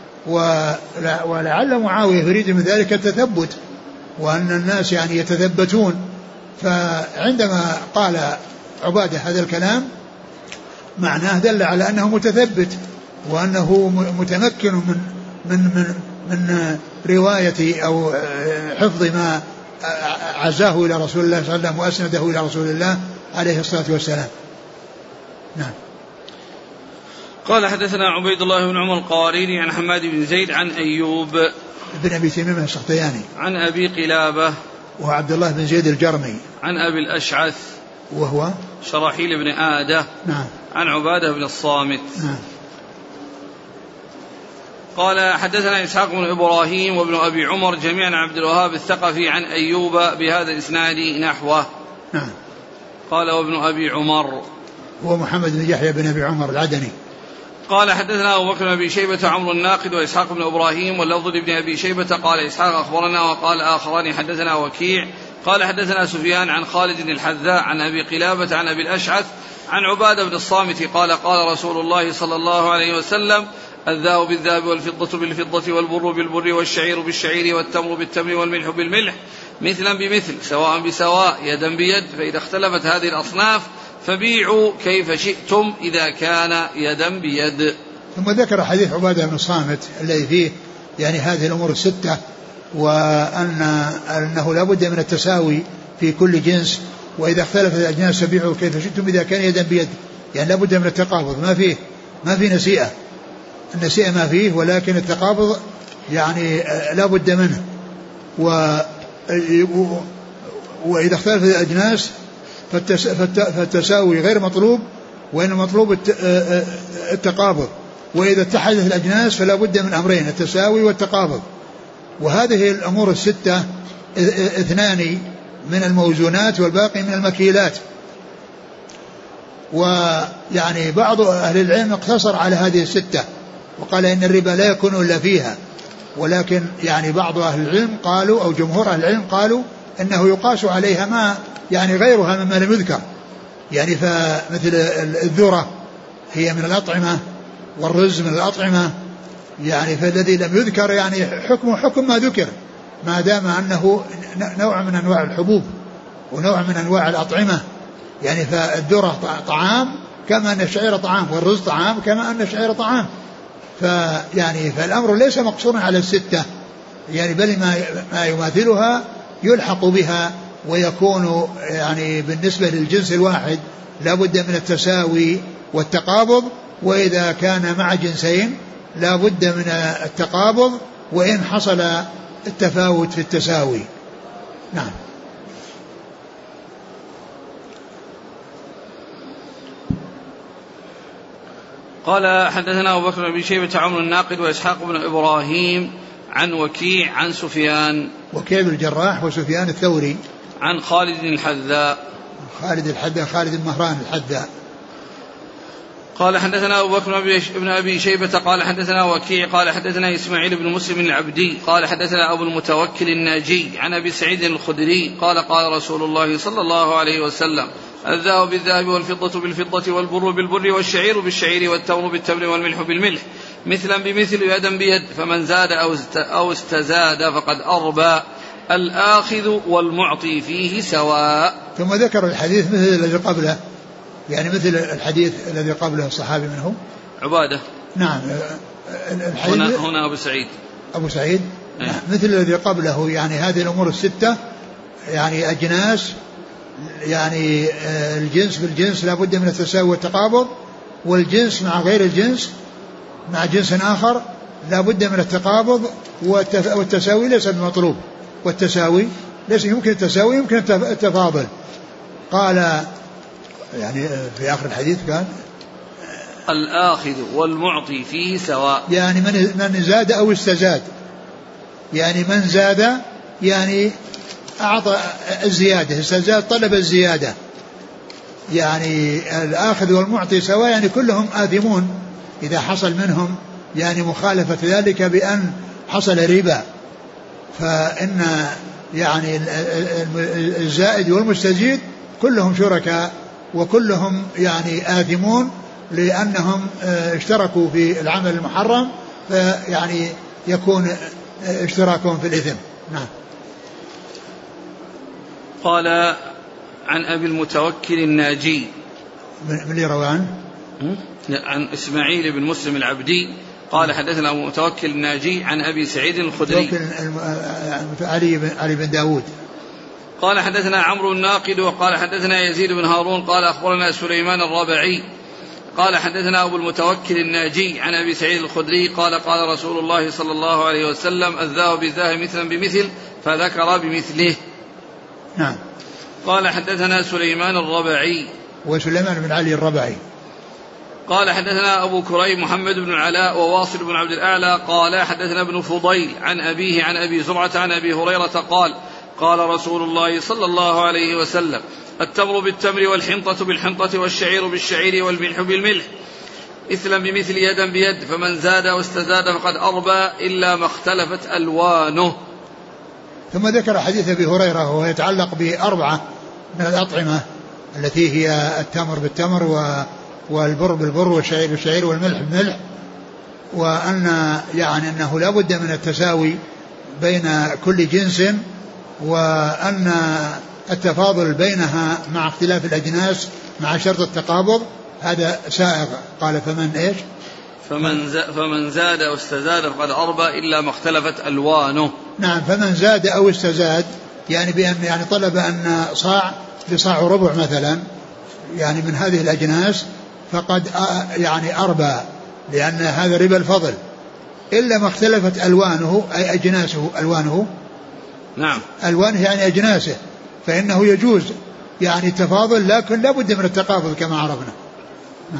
ولعل معاوية يريد من ذلك التثبت، وأن الناس يعني يتثبتون، فعندما قال عبادة هذا الكلام معناه دل على أنه متثبت، وأنه متمكن من من من من رواية أو حفظ ما عزاه إلى رسول الله صلى الله عليه وسلم وأسنده إلى رسول الله عليه الصلاة والسلام. نعم. قال حدثنا عبيد الله بن عمر القواريري عن حماد بن زيد عن أيوب بن أبي تميم السختياني عن أبي قلابة وعبد الله بن زيد الجرمي عن أبي الأشعث وهو شراحيل بن آدة نعم عن عبادة بن الصامت نعم. قال حدثنا إسحاق بن إبراهيم وابن أبي عمر جميعا عن عبد الوهاب الثقفي عن أيوب بهذا الإسناد نحوه. نعم. قال وابن أبي عمر هو محمد بن يحيى بن أبي عمر العدني. قال حدثنا أبو بكر بن أبي شيبة عمرو الناقد وإسحاق بن إبراهيم واللفظ لابن أبي شيبة قال إسحاق أخبرنا وقال آخران حدثنا وكيع قال حدثنا سفيان عن خالد الحذاء عن أبي قلابة عن أبي الأشعث عن عبادة بن الصامت قال قال رسول الله صلى الله عليه وسلم الذهب بالذهب والفضة بالفضة والبر بالبر والشعير بالشعير والتمر بالتمر والملح بالملح مثلا بمثل سواء بسواء يدا بيد، فإذا اختلفت هذه الأصناف فبيعوا كيف شئتم إذا كان يدا بيد. ثم ذكر حديث عبادة بن الصامت الذي فيه يعني هذه الأمور الستة، وأن أنه لا بد من التساوي في كل جنس، وإذا اختلفت الأجناس فبيعوا كيف شئتم إذا كان يدا بيد، يعني لا بد من التقابض، ما فيه ما في نسيئة، النسيئة ما فيه، ولكن التقابض يعني لا بد منه. و وإذا اختلفت الأجناس فالتساوي غير مطلوب، وإن مطلوب التقابض، وإذا اتحدت الأجناس فلا بد من أمرين التساوي والتقابض. وهذه الأمور الستة اثنان من الموزونات والباقي من المكيلات. ويعني بعض أهل العلم اقتصر على هذه الستة وقال إن الربا لا يكون إلا فيها، ولكن يعني بعض أهل العلم قالوا أو جمهور أهل العلم قالوا إنه يقاس عليها ما يعني غيرها مما لم يذكر، يعني فمثل الذرة هي من الأطعمة والرز من الأطعمة، يعني فالذي لم يذكر يعني حكم حكم ما ذكر، ما دام أنه نوع من أنواع الحبوب ونوع من أنواع الأطعمة، يعني فالذرة طعام كما أن الشعير طعام، والرز طعام كما أن الشعير طعام، فيعني فالأمر ليس مقصورا على الستة، يعني بل ما ما يماثلها يلحق بها، ويكون يعني بالنسبة للجنس الواحد لا بد من التساوي والتقابض، وإذا كان مع جنسين لا بد من التقابض وإن حصل التفاوت في التساوي. نعم. قال حدثنا أبو بكر بن شيبة عمرو الناقد وإسحاق بن إبراهيم عن وكيع عن سفيان وكيع بن الجراح وسفيان الثوري عن خالد الحذاء خالد الحذاء خالد بن مهران الحذاء. قال حدثنا أبو بكر بن أبي شيبة قال حدثنا وكيع قال حدثنا إسماعيل بن مسلم العبدي قال حدثنا أبو المتوكل الناجي عن أبي سعيد الخدري قال قال رسول الله صلى الله عليه وسلم الذهب بالذهب والفضة بالفضة والبر بالبر والشعير بالشعير والتمر بالتمر والملح بالملح مثلا بمثل يدا بيد، فمن زاد أو استزاد فقد أربى، الآخذ والمعطي فيه سواء. ثم ذكر الحديث مثل الذي قبله، يعني مثل الحديث الذي قبله الصحابي منه عبادة. نعم هنا, هنا أبو سعيد أبو سعيد أيه. مثل الذي قبله، يعني هذه الأمور الستة يعني أجناس، يعني الجنس بالجنس لا بد من التساوي والتقابض، والجنس مع غير الجنس مع جنس آخر لا بد من التقابض، والتساوي ليس بمطلوب، والتساوي ليس يمكن التساوي يمكن التفاضل. قال يعني في آخر الحديث قال الآخذ والمعطي فيه سواء، يعني من من زاد أو استزاد، يعني من زاد يعني أعطى الزيادة، استزاد طلب الزيادة، يعني الآخذ والمعطي سواء، يعني كلهم آثمون إذا حصل منهم يعني مخالفة ذلك بأن حصل ربا، فإن يعني الزائد والمستزيد كلهم شركاء وكلهم يعني آثمون لأنهم اشتركوا في العمل المحرم، فيعني يكون اشتراكهم في الإثم. نعم. قال عن أبي المتوكل الناجي من اللي روى عنه عن إسماعيل بن مسلم العبدي قال حدثنا أبو المتوكل الناجي عن أبي سعيد الخدري علي بن, علي بن داود قال حدثنا عمرو الناقد وقال حدثنا يزيد بن هارون قال أخبرنا سليمان الربعي قال حدثنا أبو المتوكل الناجي عن أبي سعيد الخدري قال قال رسول الله صلى الله عليه وسلم الذهب بالذهب مثلا بمثل، فذكر بمثله. نعم. قال حدثنا سليمان الربعي وسليمان بن علي الربعي قال حدثنا أبو كريم محمد بن العلاء وواصل بن عبد الأعلى قال حدثنا ابن فضيل عن أبيه عن أبي زرعة عن أبي هريرة قال قال رسول الله صلى الله عليه وسلم التمر بالتمر والحنطة بالحنطة والشعير بالشعير والملح بالملح مثلا بمثل يدا بيد، فمن زاد واستزاد فقد أربى إلا ما اختلفت ألوانه. ثم ذكر حديث أبي هريرة وهو يتعلق بأربعة من الأطعمة التي هي التمر بالتمر والبر بالبر والشعير بالشعير والملح بالملح، وأن يعني أنه لا بد من التساوي بين كل جنس، وأن التفاضل بينها مع اختلاف الأجناس مع شرط التقابض هذا سائغ. قال فمن إيش فمن, فمن زاد أو استزاد فقد أربى إلا ما اختلفت ألوانه. نعم. فمن زاد أو استزاد يعني بأن يعني طلب أن صاع بصاع ربع مثلا يعني من هذه الأجناس فقد يعني أربى، لأن هذا ربا الفضل، إلا ما اختلفت ألوانه أي أجناسه ألوانه. نعم. ألوانه يعني أجناسه، فإنه يجوز يعني التفاضل، لكن لا بد من التقابل كما عرفنا. نعم.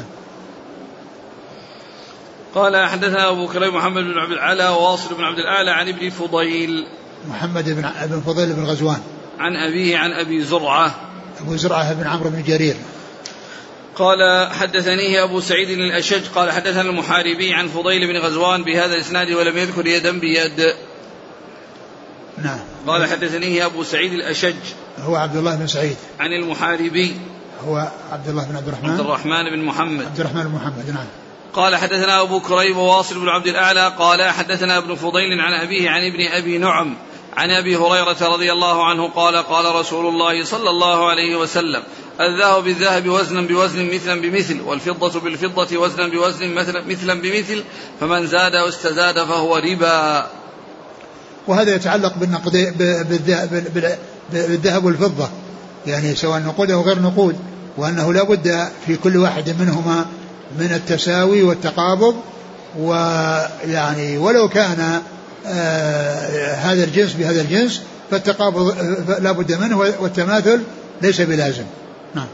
قال حدثنا أبو كريم محمد بن عبد الأعلى وواصل بن عبد الأعلى عن ابن فضيل محمد بن بن فضيل بن غزوان عن أبيه عن أبي زرعة أبو زرعة بن عمرو بن جرير قال حدثنيه أبو سعيد الأشج قال حدثنا المحاربي عن فضيل بن غزوان بهذا الإسناد ولم يذكر يدا بيد. نعم. قال حدثنيه أبو سعيد الأشج هو عبد الله بن سعيد عن المحاربي هو عبد الله بن عبد الرحمن عبد الرحمن بن محمد عبد الرحمن بن محمد. نعم. قال حدثنا أبو كريب وواصل بن عبد الأعلى قال حدثنا ابن فضيل عن أبيه عن ابن أبي نعم عن أبي هريرة رضي الله عنه قال قال رسول الله صلى الله عليه وسلم الذهب بالذهب وزنا بوزن مثلا بمثل، والفضة بالفضة وزنا بوزن مثلا بمثل، فمن زاد واستزاد فهو ربا. وهذا يتعلق بالذهب والفضة، يعني سواء نقود أو غير نقود، وأنه لا بد في كل واحد منهما من التساوي والتقابض، ويعني ولو كان آه هذا الجنس بهذا الجنس فالتقابض لا بد منه، والتماثل ليس بلازم. نعم.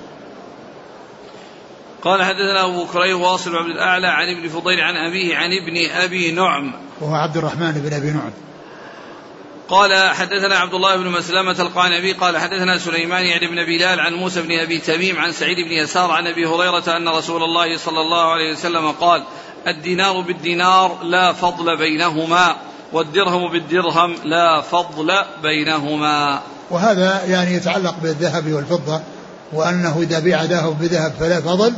قال حدثنا أبو كريم واصل بن عبد الأعلى عن ابن فضيل عن أبيه عن ابن أبي نعم وهو عبد الرحمن بن أبي نعم قال حدثنا عبد الله بن مسلمة القعنبي قال حدثنا سليمان يعني بن بلال عن موسى بن أبي تميم عن سعيد بن يسار عن أبي هريرة أن رسول الله صلى الله عليه وسلم قال الدينار بالدينار لا فضل بينهما، والدرهم بالدرهم لا فضل بينهما. وهذا يعني يتعلق بالذهب والفضة، وأنه إذا بيع ذهب بذهب فلا فضل،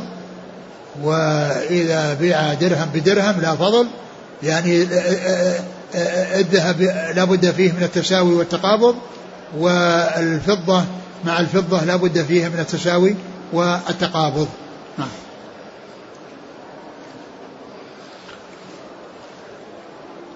وإذا بيع درهم بدرهم لا فضل، يعني الذهب لا بد فيه من التساوي والتقابض، والفضة مع الفضة لا بد فيه من التساوي والتقابض. نعم.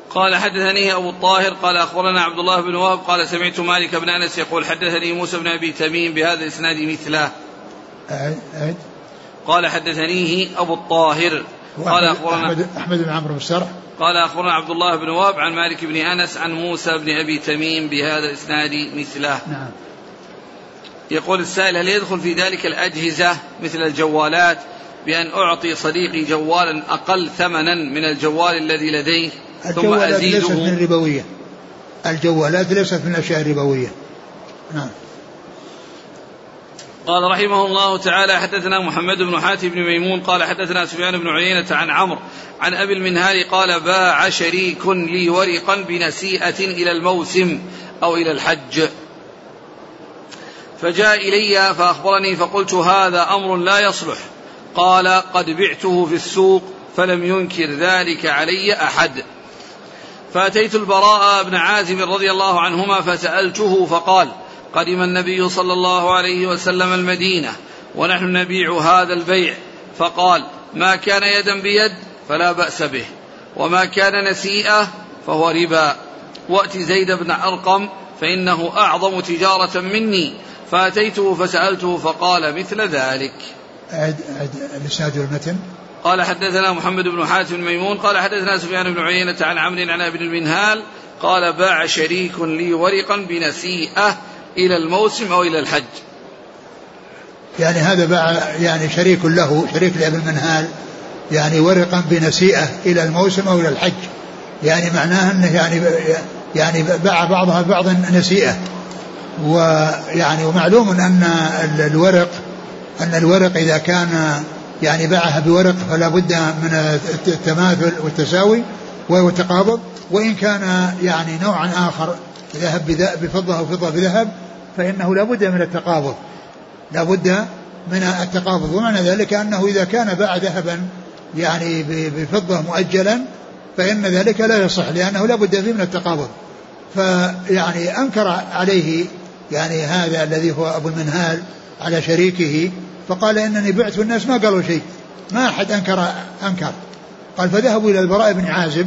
قال حدثني أبو الطاهر قال أخبرنا عبد الله بن وهب قال سمعت مالك بن أنس يقول حدثني موسى بن أبي تميم بهذا الإسناد مثله. أعد. قال حدثنيه أبو الطاهر قال أخبرنا أحمد, أحمد بن عمرو بن السرح قال أخبرنا عبد الله بن وهب عن مالك بن أنس عن موسى بن أبي تميم بهذا الإسناد مثله. نعم. يقول السائل هل يدخل في ذلك الأجهزة مثل الجوالات بأن أعطي صديقي جوالا أقل ثمنا من الجوال الذي لديه ثم أزيده؟ ليست من الربوية، الجوالات ليست من الأشياء الربوية. نعم. قال رحمه الله تعالى حدثنا محمد بن حاتم بن ميمون قال حدثنا سفيان بن عيينة عن عمرو عن أبي المنهال قال باع شريك لي ورقا بنسيئة إلى الموسم أو إلى الحج، فجاء إلي فأخبرني فقلت هذا أمر لا يصلح. قال قد بعته في السوق فلم ينكر ذلك علي أحد. فأتيت البراء بن عازب رضي الله عنهما فسألته فقال قدم النبي صلى الله عليه وسلم المدينة ونحن نبيع هذا البيع، فقال ما كان يدا بيد فلا بأس به، وما كان نسيئة فهو ربا، وأت زيد بن أرقم فإنه أعظم تجارة مني. فأتيته فسألته فقال مثل ذلك. أعد أعد الإسناد والمتن. قال حدثنا محمد بن حاتم ميمون قال حدثنا سفيان بن عيينة عن عمرو عن أبي المنهال قال باع شريك لي ورقا بنسيئة إلى الموسم أو إلى الحج. يعني هذا باع يعني شريك له شريك لأبي المنهال يعني ورقا بنسيئة إلى الموسم أو إلى الحج، يعني معناه أنه يعني يعني باع بعضها بعض نسيئة. ويعني ومعلوم أن الورق أن الورق إذا كان يعني باعها بورق فلا بد من التماثل والتساوي والتقابض، وإن كان يعني نوعا آخر ذهب بفضة وفضة بذهب فإنه لا بد من التقابض لا بد من التقابض. ومعنى ذلك أنه إذا كان باع ذهبا يعني بفضة مؤجلا فإن ذلك لا يصح لأنه لا بد فيه من التقابض. فيعني أنكر عليه يعني هذا الذي هو أبو المنهال على شريكه فقال إنني بعت والناس ما قالوا شيء، ما أحد أنكر أنكر قال فذهبوا إلى البراء بن عازب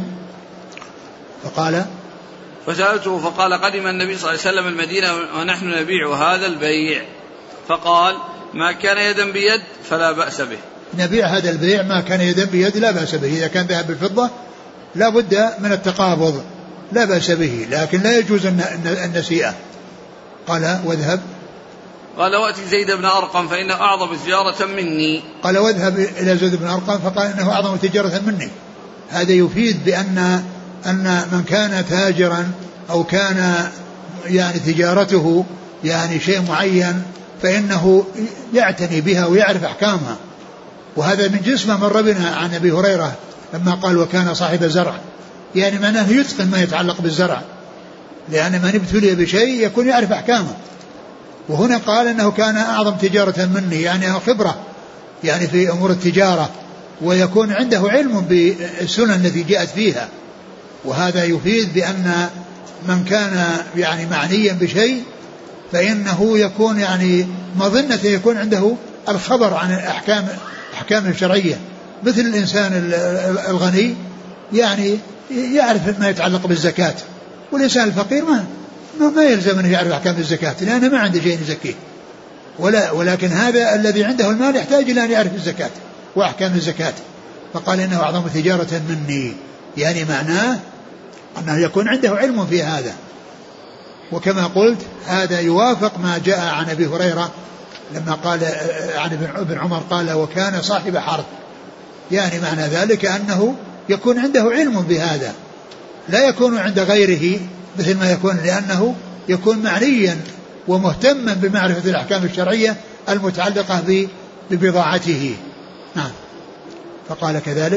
فقال فسألته فقال قدم النبي صلى الله عليه وسلم المدينة ونحن نبيع هذا البيع، فقال ما كان يدا بيد فلا بأس به. نبيع هذا البيع ما كان يدا بيد لا بأس به، إذا كان ذهب بالفضة لا بد من التقابض لا بأس به، لكن لا يجوز النسيئة. قال واذهب قال وأتي زيد بن أرقم فإنه أعظم تجارة مني. قال واذهب إلى زيد بن أرقم فقال إنه أعظم تجارة مني. هذا يفيد بأن أن من كان تاجرا أو كان يعني تجارته يعني شيء معين فإنه يعتني بها ويعرف أحكامها، وهذا من جنس ما مر بنا عن أبي هريرة لما قال وكان صاحب زرع، يعني معناه يتقن ما يتعلق بالزرع، لأن من ابتلي بشيء يكون يعرف أحكامه. وهنا قال أنه كان أعظم تجارة مني، يعني خبرة يعني في أمور التجارة، ويكون عنده علم بالسنن التي جاءت فيها. وهذا يفيد بأن من كان يعني معنيا بشيء فإنه يكون يعني مظنة يكون عنده الخبر عن الأحكام أحكام الشرعية، مثل الإنسان الغني يعني يعرف ما يتعلق بالزكاة، والإنسان الفقير ما ما يلزم أنه يعرف أحكام الزكاة لأنه ما عنده شيء يزكيه، ولا ولكن هذا الذي عنده المال يحتاج إلى أن يعرف الزكاة وأحكام الزكاة. فقال إنه أعظم تجارة مني، يعني معناه أنه يكون عنده علم في هذا. وكما قلت هذا يوافق ما جاء عن أبي هريرة لما قال عن ابن عمر قال وكان صاحب حرث، يعني معنى ذلك أنه يكون عنده علم بهذا، لا يكون عند غيره مثل ما يكون، لأنه يكون معنيا ومهتما بمعرفة الأحكام الشرعية المتعلقة ببضاعته. نعم. فقال كذلك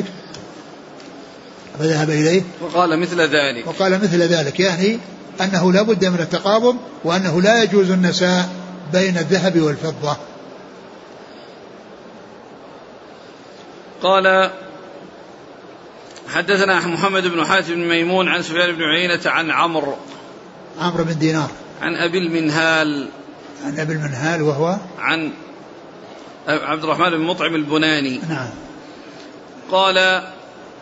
فذهب إليه وقال مثل ذلك وقال مثل ذلك يعني أنه لا بد من التقابض، وأنه لا يجوز النساء بين الذهب والفضة. قال حدثنا محمد بن حاتم بن ميمون عن سفيان بن عيينة عن عمرو عمرو بن دينار عن أبي المنهال عن أبي المنهال وهو عن عبد الرحمن بن مطعم البناني. نعم. قال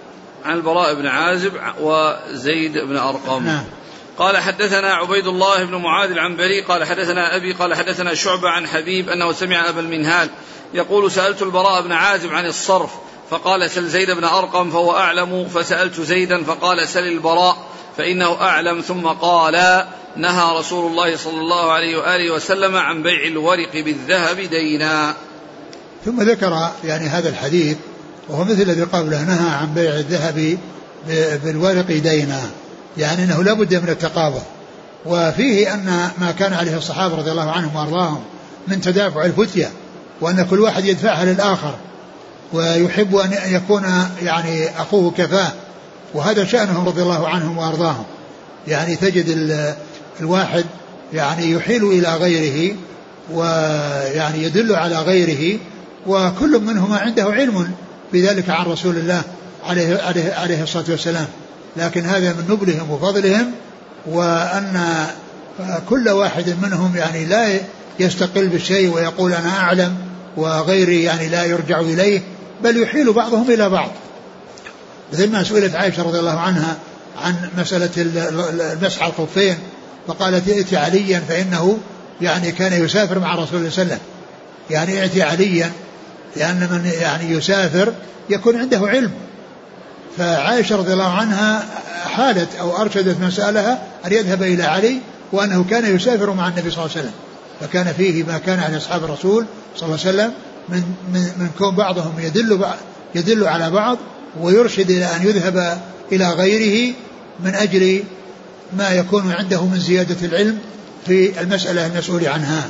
عن البراء بن عازب وزيد بن أرقم. نعم. قال حدثنا عبيد الله بن معاذ العنبري قال حدثنا أبي قال حدثنا شعبة عن حبيب أنه سمع أبا المنهال يقول سألت البراء بن عازب عن الصرف فقال سل زيد بن أرقم فهو أعلم، فسألت زيدا فقال سل البراء فإنه أعلم، ثم قال نهى رسول الله صلى الله عليه وآله وسلم عن بيع الورق بالذهب دينا. ثم ذكر يعني هذا الحديث وهو مثل الذي قبله، نهى عن بيع الذهب بالورق دينا، يعني أنه لا بد من التقابض. وفيه أن ما كان عليه الصحابة رضي الله عنهم وأرضاهم من تدافع الفتية، وأن كل واحد يدفعها للآخر ويحب أن يكون يعني أخوه كفاه، وهذا شأنهم رضي الله عنهم وأرضاهم. يعني تجد الواحد يعني يحيل إلى غيره ويعني يدل على غيره، وكل منهما عنده علم بذلك عن رسول الله عليه, عليه, عليه الصلاة والسلام، لكن هذا من نبلهم وفضلهم، وأن كل واحد منهم يعني لا يستقل بالشيء ويقول أنا أعلم وغيري يعني لا يرجع إليه، بل يحيل بعضهم إلى بعض. مثل ما سئلت عائشة رضي الله عنها عن مسألة المسح على الخفين فقالت ائتي عليا فإنه يعني كان يسافر مع رسول الله صلى الله عليه وسلم، يعني ائتي عليا لأن من يعني يسافر يكون عنده علم. فعائشة رضي الله عنها حالت أو أرشدت من سألها أن يذهب إلى علي، وأنه كان يسافر مع النبي صلى الله عليه وسلم، فكان فيه ما كان على أصحاب الرسول صلى الله عليه وسلم من, من, من كون بعضهم يدل, يدل على بعض ويرشد إلى أن يذهب إلى غيره من أجل ما يكون عنده من زيادة العلم في المسألة المسؤول عنها.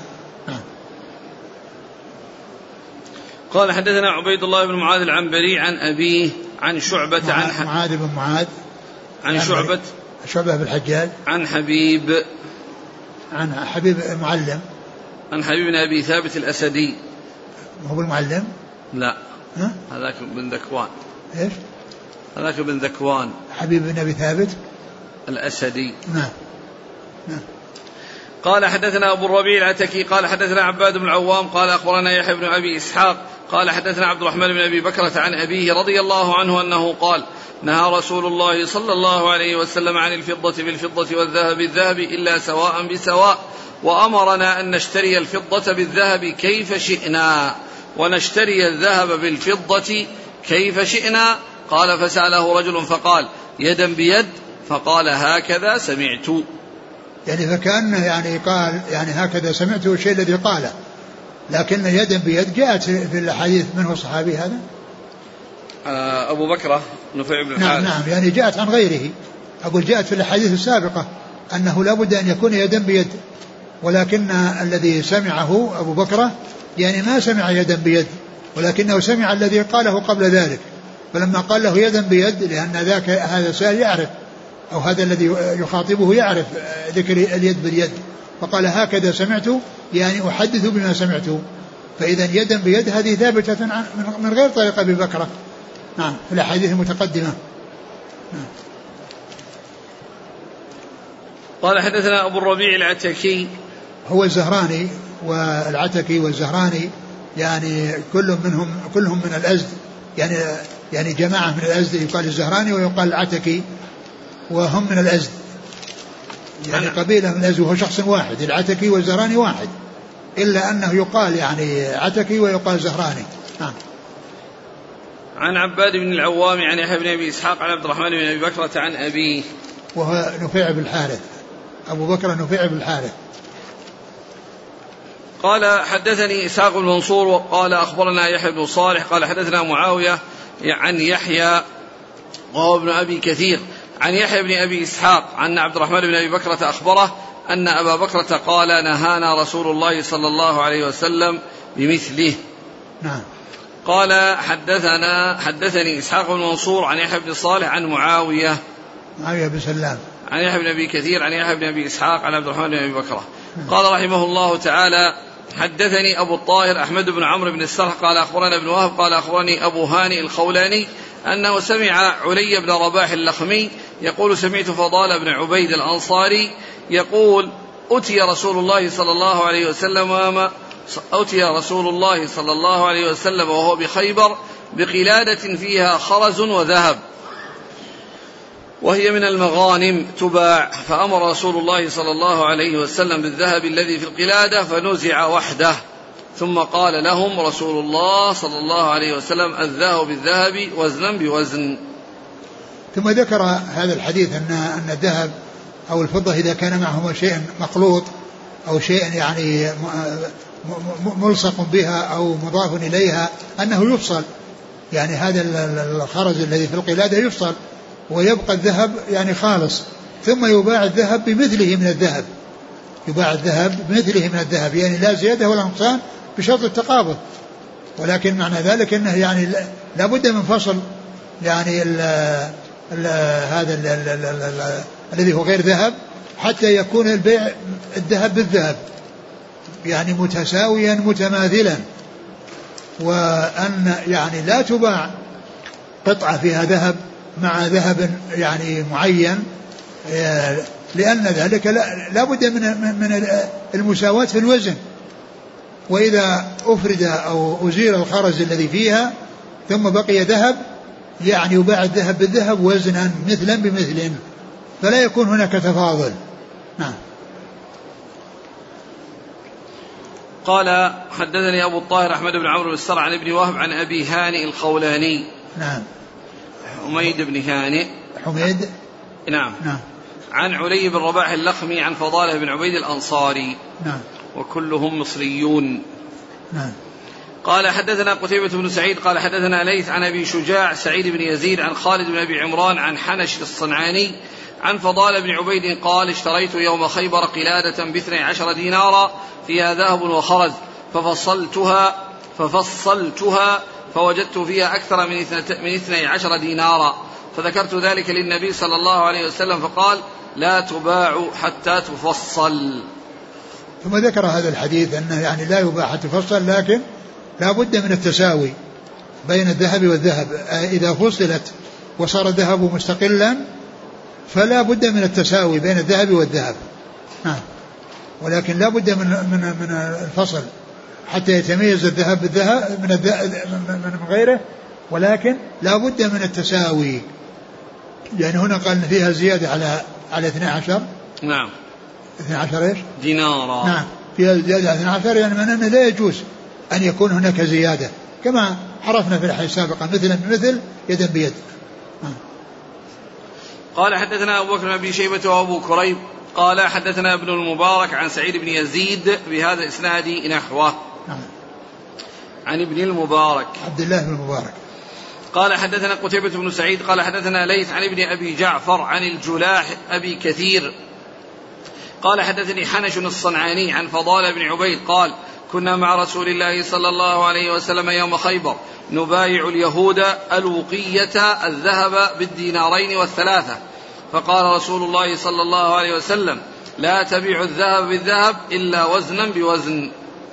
قال حدثنا عبيد الله بن معاذ العنبري عن أبيه عن شعبة عن ح... معاذ بن معاذ عن شعبة شعبة بن الحجاج عن حبيب عن حبيب المعلم عن حبيب بن أبي ثابت الأسدي. هو المعلم؟ لا، ها؟ هذاك بن ذكوان. ايش؟ هذاك بن ذكوان حبيب بن أبي ثابت الأسدي. نعم. نعم. قال حدثنا أبو الربيع العتكي قال حدثنا عباد بن العوام قال أخبرنا يحيى بن أبي إسحاق قال حدثنا عبد الرحمن بن أبي بكرة عن أبيه رضي الله عنه أنه قال نهى رسول الله صلى الله عليه وسلم عن الفضة بالفضة والذهب بالذهب إلا سواء بسواء، وأمرنا أن نشتري الفضة بالذهب كيف شئنا ونشتري الذهب بالفضة كيف شئنا. قال فسأله رجل فقال يدا بيد، فقال هكذا سمعت. يعني فكأنه يعني قال يعني هكذا سمعته الشيء الذي قاله، لكن يدا بيد جاءت في الحديث. من هو الصحابي هذا؟ أبو بكرة نفيع بن الحارث. نعم نعم، يعني جاءت عن غيره. أقول جاءت في الحديث السابقة أنه لا بد أن يكون يدا بيد، ولكن الذي سمعه أبو بكرة يعني ما سمع يدا بيد، ولكنه سمع الذي قاله قبل ذلك، فلما قال له يدا بيد لأن ذاك هذا سائل يعرف أو هذا الذي يخاطبه يعرف ذكر اليد باليد، فقال هكذا سمعت يعني أحدث بما سمعته. فإذا يدا بيد هذه ثابتة من غير طريقة أبي بكرة. نعم، في الأحاديث المتقدمة. نعم. قال حدثنا أبو الربيع العتكي هو الزهراني، والعتكي والزهراني يعني كل منهم كلهم من الأزد، يعني يعني جماعة من الأزد، يقال الزهراني ويقال العتكي، وهم من الأزد يعني قبيلة من الأزد، وهو شخص واحد. العتكي والزهراني واحد، إلا أنه يقال يعني عتكي ويقال زهراني. نعم. عن عباد بن العوام عن يحيى بن أبي إسحاق عن عبد الرحمن بن أبي بكرة عن أبيه وهو نفيع بن الحارث، أبو بكر نفيع بن الحارث. قال حدثني إسحاق بن منصور وقال أخبرنا يحيى بن صالح قال حدثنا معاوية عن يحيى وهو ابن أبي كثير عن يحيى بن أبي إسحاق عن عبد الرحمن بن أبي بكرة أخبره أن أبا بكرة قال نهانا رسول الله صلى الله عليه وسلم بمثله. نعم. قال حدثنا حدثني إسحاق بن منصور عن يحيى بن صالح عن معاوية معاوية بن سلام عن يحيى بن أبي كثير عن يحيى بن أبي إسحاق عن عبد الرحمن بن أبي بكرة. قال رحمه الله تعالى حدثني أبو الطاهر أحمد بن عمرو بن السرح قال أخبرنا ابن وهب قال أخبرني أبو هاني الخولاني أنه سمع علي بن رباح اللخمي يقول سمعت فضال بن عبيد الأنصاري يقول أتي رسول الله صلى الله عليه وسلم أتي رسول الله صلى الله عليه وسلم وهو بخيبر بقلادة فيها خرز وذهب، وهي من المغانم تباع. فأمر رسول الله صلى الله عليه وسلم بالذهب الذي في القلادة فنزع وحده، ثم قال لهم رسول الله صلى الله عليه وسلم الذهب بالذهب وزنا بوزن. ثم ذكر هذا الحديث أن أن الذهب أو الفضة إذا كان معهما شيء مخلوط أو شيء يعني ملصق بها أو مضاف إليها أنه يفصل، يعني هذا الخرز الذي في القلادة يفصل ويبقى الذهب يعني خالص، ثم يباع الذهب بمثله من الذهب، يباع الذهب بمثله من الذهب، يعني لا زيادة ولا نقصان بشرط التقابض. ولكن معنى ذلك أنه يعني لا بد من فصل يعني ال ال هذا ال ال ال ال الذي هو غير ذهب حتى يكون البيع الذهب بالذهب يعني متساويا متماثلا، وأن يعني لا تباع قطعة فيها ذهب مع ذهب يعني معين، لأن ذلك لا بد من من المساواة في الوزن. وإذا أفرد أو أزيل الخرز الذي فيها ثم بقي ذهب يعني يباع الذهب بالذهب وزنا مثلا بمثل، فلا يكون هناك تفاضل. نعم. قال حدثني أبو الطاهر أحمد بن عمرو بن السرع عن ابن وهب عن أبي هانئ الخولاني. نعم. حميد بن هانئ. حميد. نعم. نعم. عن علي بن رباح اللخمي عن فضالة بن عبيد الأنصاري. نعم. وكلهم مصريون. نعم. قال حدثنا قتيبة بن سعيد قال حدثنا ليث عن أبي شجاع سعيد بن يزيد عن خالد بن أبي عمران عن حنش الصنعاني عن فضالة بن عبيد قال اشتريت يوم خيبر قلادة باثني عشر دينارا فيها ذهب وخرز ففصلتها ففصلتها فوجدت فيها أكثر من اثني عشر دينارا، فذكرت ذلك للنبي صلى الله عليه وسلم فقال لا تباع حتى تفصل. ثم ذكر هذا الحديث أنه يعني لا يباع حتى تفصل، لكن لا بد من التساوي بين الذهب والذهب. إذا فصلت وصار الذهب مستقلا فلا بد من التساوي بين الذهب والذهب. نعم. ولكن لا بد من من من الفصل حتى يتميز الذهب بالذهب من من غيره، ولكن لا بد من التساوي. يعني هنا قال فيها زيادة على على اثني عشر. نعم. اثني عشر ايش؟ دينارا. نعم. فيها زيادة على اثني عشر، يعني من أنه لا يجوز أن يكون هناك زيادة كما عرفنا في الحديث سابقا، مثلا بمثل يدا بيد. نعم. قال حدثنا أبو بكر بن أبي شيبة وأبو كريب قال حدثنا ابن المبارك عن سعيد بن يزيد بهذا الإسناد نحوه. نعم. عن ابن المبارك عبد الله بن المبارك قال حدثنا قتيبة بن سعيد قال حدثنا ليث عن ابن أبي جعفر عن الجلاح أبي كثير قال حدثني حنش الصنعاني عن فضالة بن عبيد قال كنا مع رسول الله صلى الله عليه وسلم يوم خيبر نبايع اليهود الوقية الذهب بالدينارين والثلاثة، فقال رسول الله صلى الله عليه وسلم لا تبيع الذهب بالذهب إلا وزنا بوزن.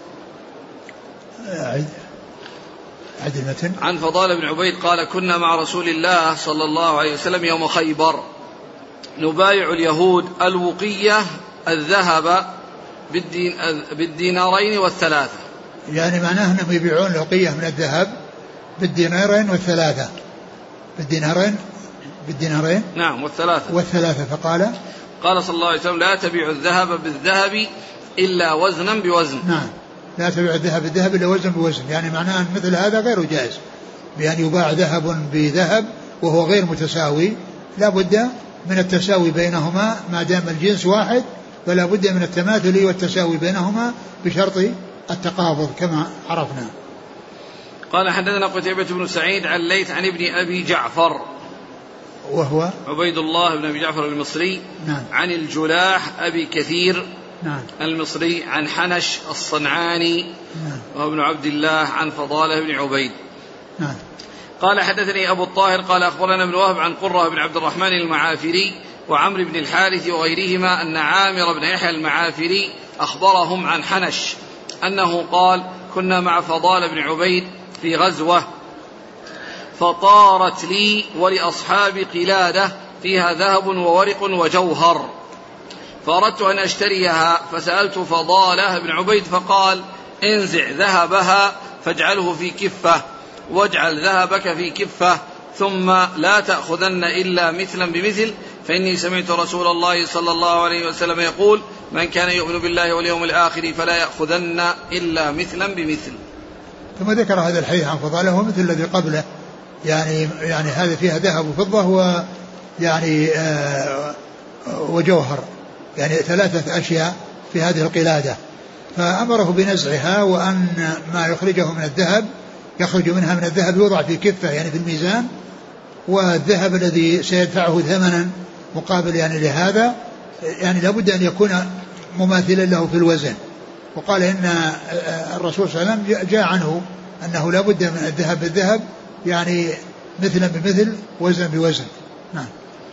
عد المتن. عن فضالة بن عبيد قال كنا مع رسول الله صلى الله عليه وسلم يوم خيبر نبايع اليهود الوقية الذهب بالدين بالدينارين والثلاثة، يعني معناه أنهم يبيعون الوقية من الذهب بالدينارين والثلاثة، بالدينارين بالدينارين نعم والثلاثة والثلاثة فقال قال صلى الله عليه وسلم لا تبيع الذهب بالذهب إلا وزنا بوزن. نعم. لا تبيع الذهب بالذهب إلا وزن بوزن، يعني معناه أن مثل هذا غير جائز، بأن يباع ذهب بذهب وهو غير متساوي، لا بد من التساوي بينهما ما دام الجنس واحد، فلا بد من التماثل والتساوي بينهما بشرط التقابض كما عرفنا. قال حدثنا قتيبة بن سعيد عن ليث عن ابن أبي جعفر وهو عبيد الله بن أبي جعفر المصري. نعم. عن الجلاح أبي كثير. نعم. المصري عن حنش الصنعاني. نعم. وهو ابن عبد الله عن فضالة بن عبيد. نعم. قال حدثني أبو الطاهر قال أخبرنا ابن وهب عن قرة بن عبد الرحمن المعافري وعمرو بن الحارث وغيرهما أن عامر بن يحيى المعافري أخبرهم عن حنش أنه قال كنا مع فضال بن عبيد في غزوة فطارت لي ولأصحاب قلادة فيها ذهب وورق وجوهر، فأردت أن أشتريها فسألت فضالة بن عبيد فقال انزع ذهبها فاجعله في كفة واجعل ذهبك في كفة ثم لا تأخذن إلا مثلا بمثل فإني سمعت رسول الله صلى الله عليه وسلم يقول من كان يؤمن بالله واليوم الآخر فلا يأخذن إلا مثلا بمثل. ثم ذكر هذا الحديث عن فضاله مثل الذي قبله، يعني يعني هذا فيها ذهب وفضة ويعني آه وجوهر، يعني ثلاثة أشياء في هذه القلادة، فأمره بنزعها، وأن ما يخرجه من الذهب يخرج منها من الذهب يوضع في كفة يعني في الميزان، والذهب الذي سيدفعه ثمنا مقابل يعني لهذا يعني لابد أن يكون مماثلا له في الوزن. وقال إن الرسول صلى الله عليه وسلم جاء عنه أنه لابد من الذهب بالذهب يعني مثلا بمثل وزن بوزن. نعم.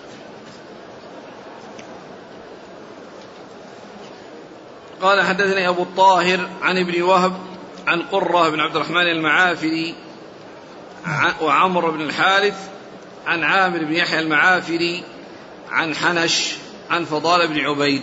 قال حدثني أبو الطاهر عن ابن وهب عن قرة بن عبد الرحمن المعافري وعمر بن الحارث عن عامر بن يحيى المعافري عن حنش عن فضال بن عبيد.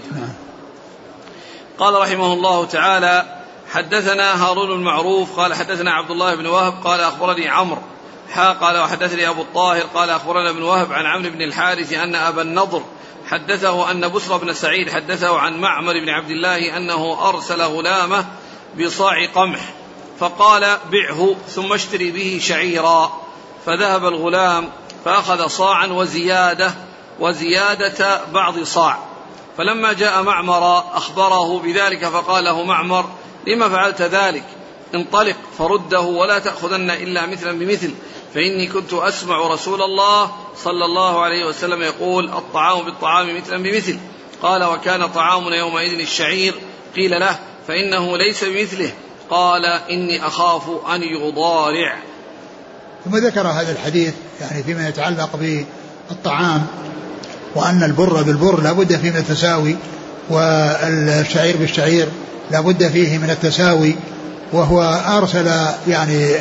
قال رحمه الله تعالى حدثنا هارون المعروف قال حدثنا عبد الله بن وهب قال أخبرني عمرو حا قال وحدثني أبو الطاهر قال أخبرنا ابن وهب عن عمرو بن الحارث أن أبا النضر حدثه أن بسر بن سعيد حدثه عن معمر بن عبد الله أنه أرسل غلامه بصاع قمح فقال بعه ثم اشتري به شعيرا، فذهب الغلام فأخذ صاعا وزيادة وزيادة بعض صاع، فلما جاء معمر أخبره بذلك فقال له معمر لما فعلت ذلك؟ انطلق فرده ولا تأخذن إلا مثلا بمثل، فإني كنت أسمع رسول الله صلى الله عليه وسلم يقول الطعام بالطعام مثلا بمثل. قال وكان طعامنا يومئذ الشعير. قيل له فإنه ليس بمثله. قال إني أخاف أن يضارع. ثم ذكر هذا الحديث يعني فيما يتعلق بالطعام، وأن البر بالبر لا بد فيه من التساوي، والشعير بالشعير لا بد فيه من التساوي، وهو أرسل يعني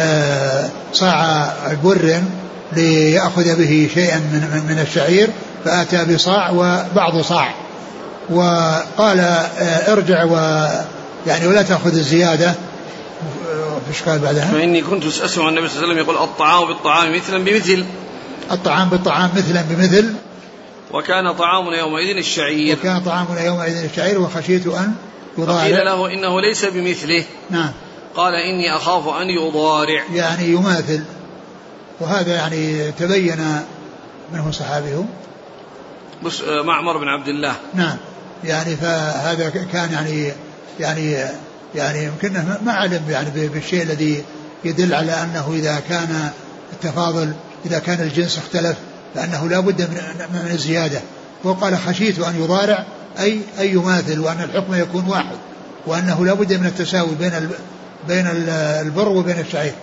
صاع بر ليأخذ به شيئا من من الشعير، فأتى بصاع وبعض صاع، وقال ارجع و يعني ولا تأخذ الزيادة. فيش قال بعدها؟ فإني كنت أسمع النبي صلى الله عليه وسلم يقول الطعام بالطعام مثلا بمثل. الطعام بالطعام مثلا بمثل. وكان طعامنا يومئذ الشعير. وكان طعامنا يومئذ الشعير وخشيت أن يضارع. فقيل له إنه ليس بمثله. نعم. قال إني أخاف أن يضارع، يعني يماثل. وهذا يعني تبين منه صحابيه بس معمر بن عبد الله. نعم. يعني فهذا كان يعني يعني يعني يمكنه ما علم يعني بالشيء الذي يدل على أنه إذا كان التفاضل إذا كان الجنس اختلف لأنه لا بد من الزيادة. وقال خشيت أن يضارع أي أي يماثل، وأن الحكم يكون واحد، وأنه لا بد من التساوي بين بين البر وبين الشعير.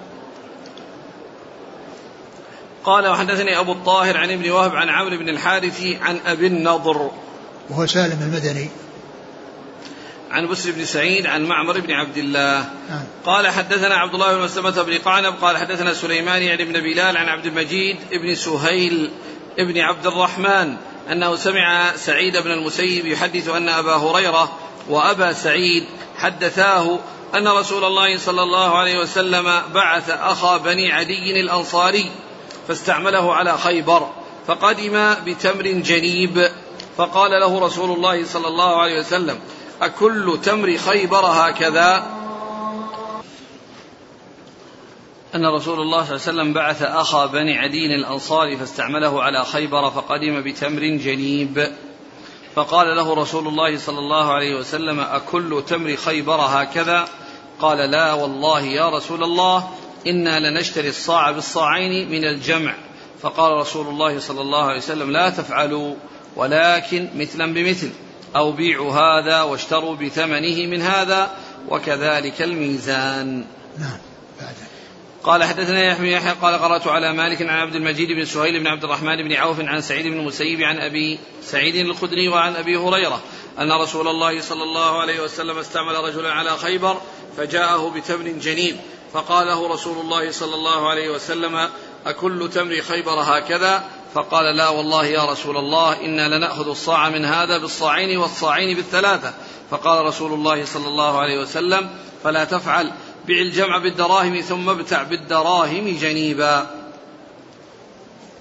قال وحدثني أبو الطاهر عن ابن وهب عن عمرو بن الحارث عن أبي النضر وهو سالم المدني عن بسر بن سعيد عن معمر بن عبد الله. قال حدثنا عبد الله بن مسلمة بن قعنب قال حدثنا سليمان يعني بن بلال عن عبد المجيد بن سهيل ابن عبد الرحمن أنه سمع سعيد بن المسيب يحدث أن أبا هريرة وأبا سعيد حدثاه أن رسول الله صلى الله عليه وسلم بعث أخا بني عدي الأنصاري فاستعمله على خيبر، فقدم بتمر جنيب، فقال له رسول الله صلى الله عليه وسلم أكل تمر خيبر هكذا؟ أن رسول الله صلى الله عليه وسلم بعث أخا بني عدي الأنصاري فاستعمله على خيبر فقدم بتمر جنيب، فقال له رسول الله صلى الله عليه وسلم أكل تمر خيبر هكذا؟ قال لا والله يا رسول الله إنا لنشتري الصاع بالصاعين من الجمع. فقال رسول الله صلى الله عليه وسلم لا تفعلوا ولكن مثلا بمثل، أو بيعوا هذا واشتروا بثمنه من هذا، وكذلك الميزان. نعم. قال حدثنا يحيى بن يحيى قال قرأت على مالك عن عبد المجيد بن سهيل بن عبد الرحمن بن عوف عن سعيد بن المسيب عن أبي سعيد الخدري وعن أبي هريرة أن رسول الله صلى الله عليه وسلم استعمل رجلا على خيبر فجاءه بتمر جنيب، فقال له رسول الله صلى الله عليه وسلم أكل تمر خيبر هكذا؟ فقال لا والله يا رسول الله إنا لنأخذ الصاع من هذا بالصاعين والصاعين بالثلاثة. فقال رسول الله صلى الله عليه وسلم فلا تفعل، بع الجمع بالدراهم ثم ابتع بالدراهم جنيبا.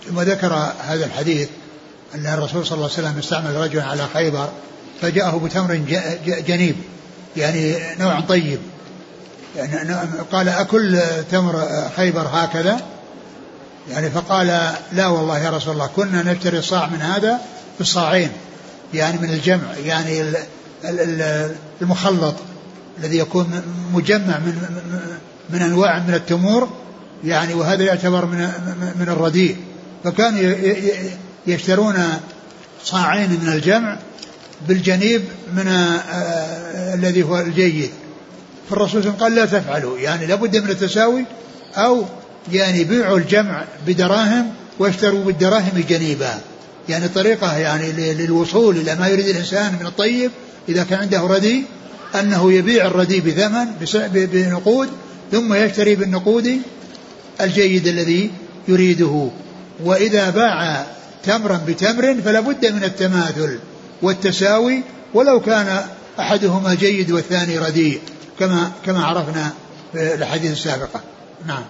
ثم ذكر هذا الحديث أن الرسول صلى الله عليه وسلم استعمل رجلا على خيبر فجاءه بتمر جنيب يعني نوع طيب، يعني قال أكل تمر خيبر هكذا يعني، فقال لا والله يا رسول الله كنا نشتري صاع من هذا بالصاعين يعني من الجمع، يعني المخلط الذي يكون مجمع من من أنواع من التمور يعني، وهذا يعتبر من من الرديء، فكانوا يشترون صاعين من الجمع بالجنيب من الذي هو الجيد. فالرسول قال لا تفعلوا، يعني لابد من التساوي، أو يعني بيعوا الجمع بدراهم واشتروا بالدراهم جنيبا، يعني طريقة يعني للوصول إلى ما يريد الإنسان من الطيب إذا كان عنده ردي، أنه يبيع الردي بثمن بنقود ثم يشتري بالنقود الجيد الذي يريده. وإذا باع تمرا بتمر فلا بد من التماثل والتساوي ولو كان أحدهما جيد والثاني رديء، كما كما عرفنا في الحديث السابقة. نعم.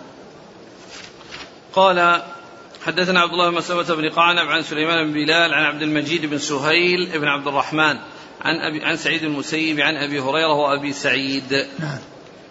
قال حدثنا عبد الله بن مسلمة بن قعنب عن سليمان بن بلال عن عبد المجيد بن سهيل بن عبد الرحمن عن أبي عن سعيد المسيب عن أبي هريرة وأبي سعيد. نعم.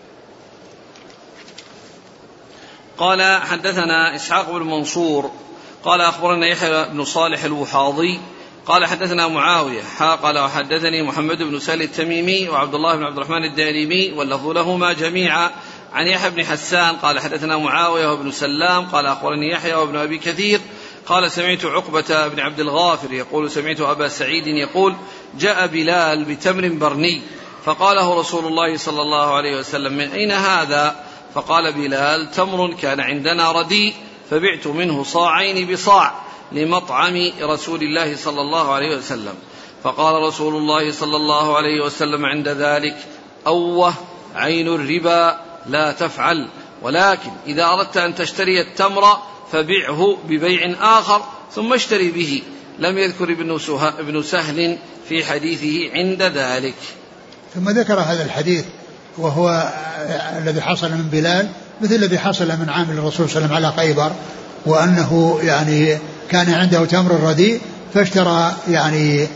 قال حدثنا إسحاق بن منصور قال أخبرنا يحيى بن صالح الوحاضي قال حدثنا معاوية حا قال وحدثني محمد بن سهل التميمي وعبد الله بن عبد الرحمن الدارمي واللفظ لهما جميعا عن يحيى بن حسان قال حدثنا معاوية وابن سلام قال أخبرني يحيى وابن أبي كثير قال سمعت عقبة بن عبد الغافر يقول سمعت أبا سعيد يقول جاء بلال بتمر برني فقاله رسول الله صلى الله عليه وسلم من أين هذا؟ فقال بلال تمر كان عندنا رديء فبعت منه صاعين بصاع لمطعم رسول الله صلى الله عليه وسلم. فقال رسول الله صلى الله عليه وسلم عند ذلك أوه عين الربا لا تفعل، ولكن إذا أردت أن تشتري التمر فبعه ببيع آخر ثم اشتري به. لم يذكر ابن سهل في حديثه عند ذلك. ثم ذكر هذا الحديث وهو الذي حصل من بلال مثل الذي حصل من عامل الرسول صلى الله عليه وسلم على خيبر، وأنه يعني كان عنده تمر رديء فاشترى يعني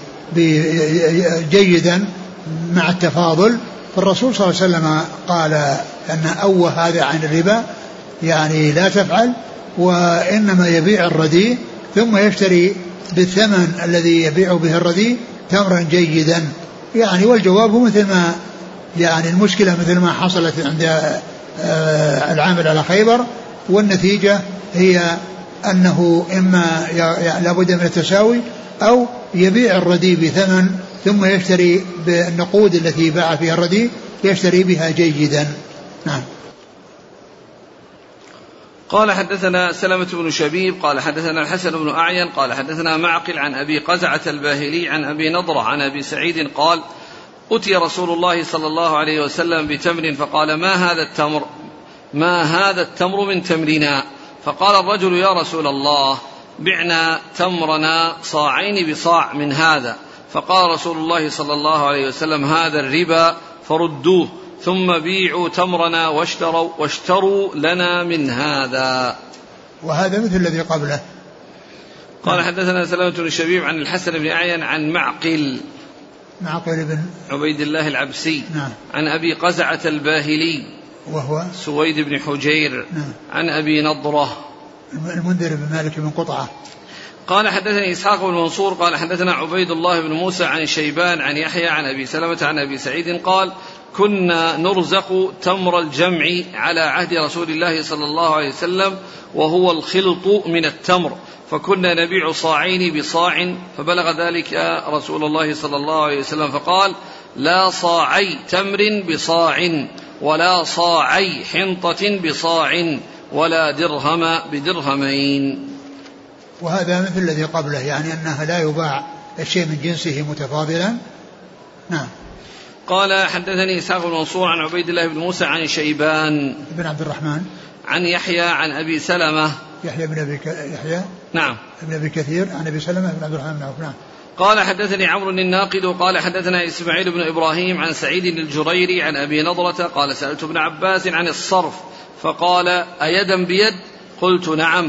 جيدا مع التفاضل، فالرسول صلى الله عليه وسلم قال أن أوه هذا عن الربا يعني لا تفعل، وإنما يبيع الرديء ثم يشتري بالثمن الذي يبيع به الرديء تمرا جيدا يعني. والجواب مثل ما يعني المشكلة مثل ما حصلت عند العامل على خيبر، والنتيجة هي أنه إما لابد من التساوي أو يبيع الرديء بثمن ثم يشتري بالنقود التي باع فيها الرديء يشتري بها جيدا. نعم. قال حدثنا سلمة بن شبيب قال حدثنا الحسن بن أعين قال حدثنا معقل عن أبي قزعة الباهلي عن أبي نضرة عن أبي سعيد قال أتي رسول الله صلى الله عليه وسلم بتمر فقال ما هذا التمر ما هذا التمر من تمرنا؟ فقال الرجل يا رسول الله بعنا تمرنا صاعين بصاع من هذا. فقال رسول الله صلى الله عليه وسلم هذا الربا فردوه ثم بيعوا تمرنا واشتروا, واشتروا لنا من هذا. وهذا مثل الذي قبله. قال حدثنا سلامة بن شبيب عن الحسن بن أعين عن معقل معقل بن عبيد الله العبسي. نعم. عن أبي قزعة الباهلي وهو سويد بن حجير. نعم. عن أبي نضرة المنذر بن مالك بن قطعة. قال حدثني إسحاق بن منصور قال حدثنا عبيد الله بن موسى عن شيبان عن يحيى عن أبي سلمة عن أبي سعيد قال كنا نرزق تمر الجمع على عهد رسول الله صلى الله عليه وسلم وهو الخلط من التمر، فكنا نبيع صاعين بصاع، فبلغ ذلك رسول الله صلى الله عليه وسلم فقال لا صاعي تمر بصاع ولا صاعي حنطة بصاع ولا درهم بدرهمين. وهذا مثل الذي قبله، يعني أنها لا يباع الشيء من جنسه متفاضلا. نعم. قال حدثني إسحاق بن منصور عن عبيد الله بن موسى عن شيبان بن عبد الرحمن عن يحيى عن أبي سلمة يحيى بن أبي ك... يحيى نعم ابن أبي كثير عن أبي سلمة بن عبد الرحمن بن عوف. نعم. قال حدثني عمرو الناقد قال حدثنا إسماعيل بن إبراهيم عن سعيد الجريري عن أبي نضرة قال سألت ابن عباس عن الصرف فقال أيدا بيد؟ قلت نعم.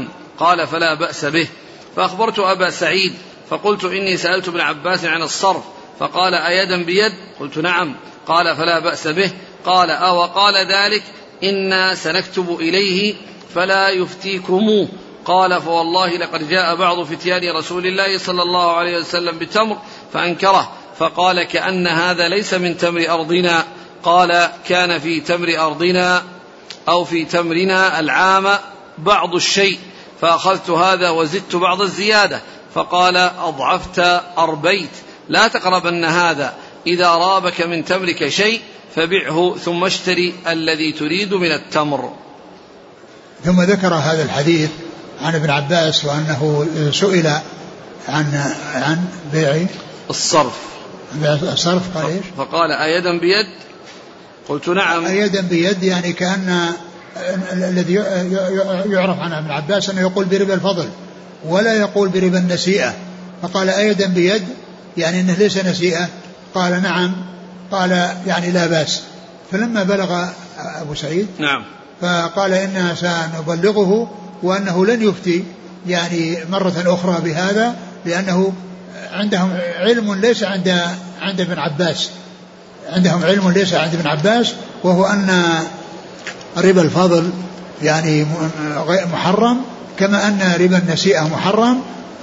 قال فلا بأس به. فأخبرت أبا سعيد فقلت إني سألت ابن عباس عن الصرف فقال أيدا بيد؟ قلت نعم. قال فلا بأس به. قال أو قال ذلك إنا سنكتب إليه فلا يفتيكموه. قال فوالله لقد جاء بعض فتيان رسول الله صلى الله عليه وسلم بتمر فأنكره فقال كأن هذا ليس من تمر أرضنا. قال كان في تمر أرضنا أو في تمرنا العام بعض الشيء فأخذت هذا وزدت بعض الزيادة. فقال أضعفت أربيت لا تقربن هذا إذا رابك من تمرك شيء فبعه ثم اشتري الذي تريد من التمر. ثم ذكر هذا الحديث عن ابن عباس وأنه سئل عن عن بيع الصرف الصرف قال إيش؟ فقال أيدا بيد؟ قلت نعم. أيدا بيد يعني كأن الذي يعرف عن ابن عباس أنه يقول بربا الفضل ولا يقول بربا النسيئة. فقال أيدا بيد يعني أنه ليس نسيئة. قال نعم. قال يعني لا بأس. فلما بلغ أبو سعيد نعم فقال إننا سنبلغه وأنه لن يفتي يعني مرة أخرى بهذا لأنه عندهم علم ليس عند عند ابن عباس عندهم علم ليس عند ابن عباس وهو أن ربا الفضل يعني محرم كما أن ربا النسيئة محرم.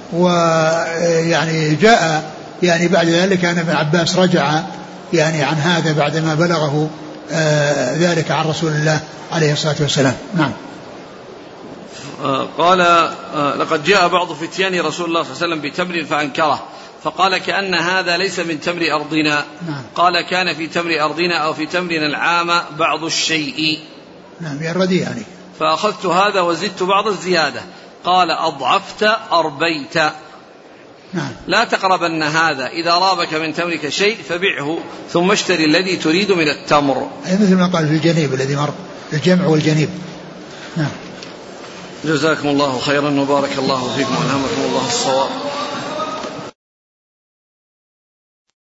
ويعني جاء يعني بعد ذلك أن ابن عباس رجع يعني عن هذا بعدما بلغه آه ذلك عن رسول الله عليه الصلاة والسلام. نعم. قال آه لقد جاء بعض فتيان رسول الله صلى الله عليه وسلم بتمر فأنكره فقال كأن هذا ليس من تمر أرضنا. نعم. قال كان في تمر أرضنا أو في تمرنا العام بعض الشيء. نعم يردي يعني. فأخذت هذا وزدت بعض الزيادة. قال أضعفت أربيت. نعم. لا تقربن هذا إذا رابك من تمرك شيء فبعه ثم اشتري الذي تريد من التمر. أي مثل ما قال في الجنيب الذي مر الجمع والجنيب. نعم. جزاكم الله خيرا وبارك الله فيكم وألهمكم الله الصواب.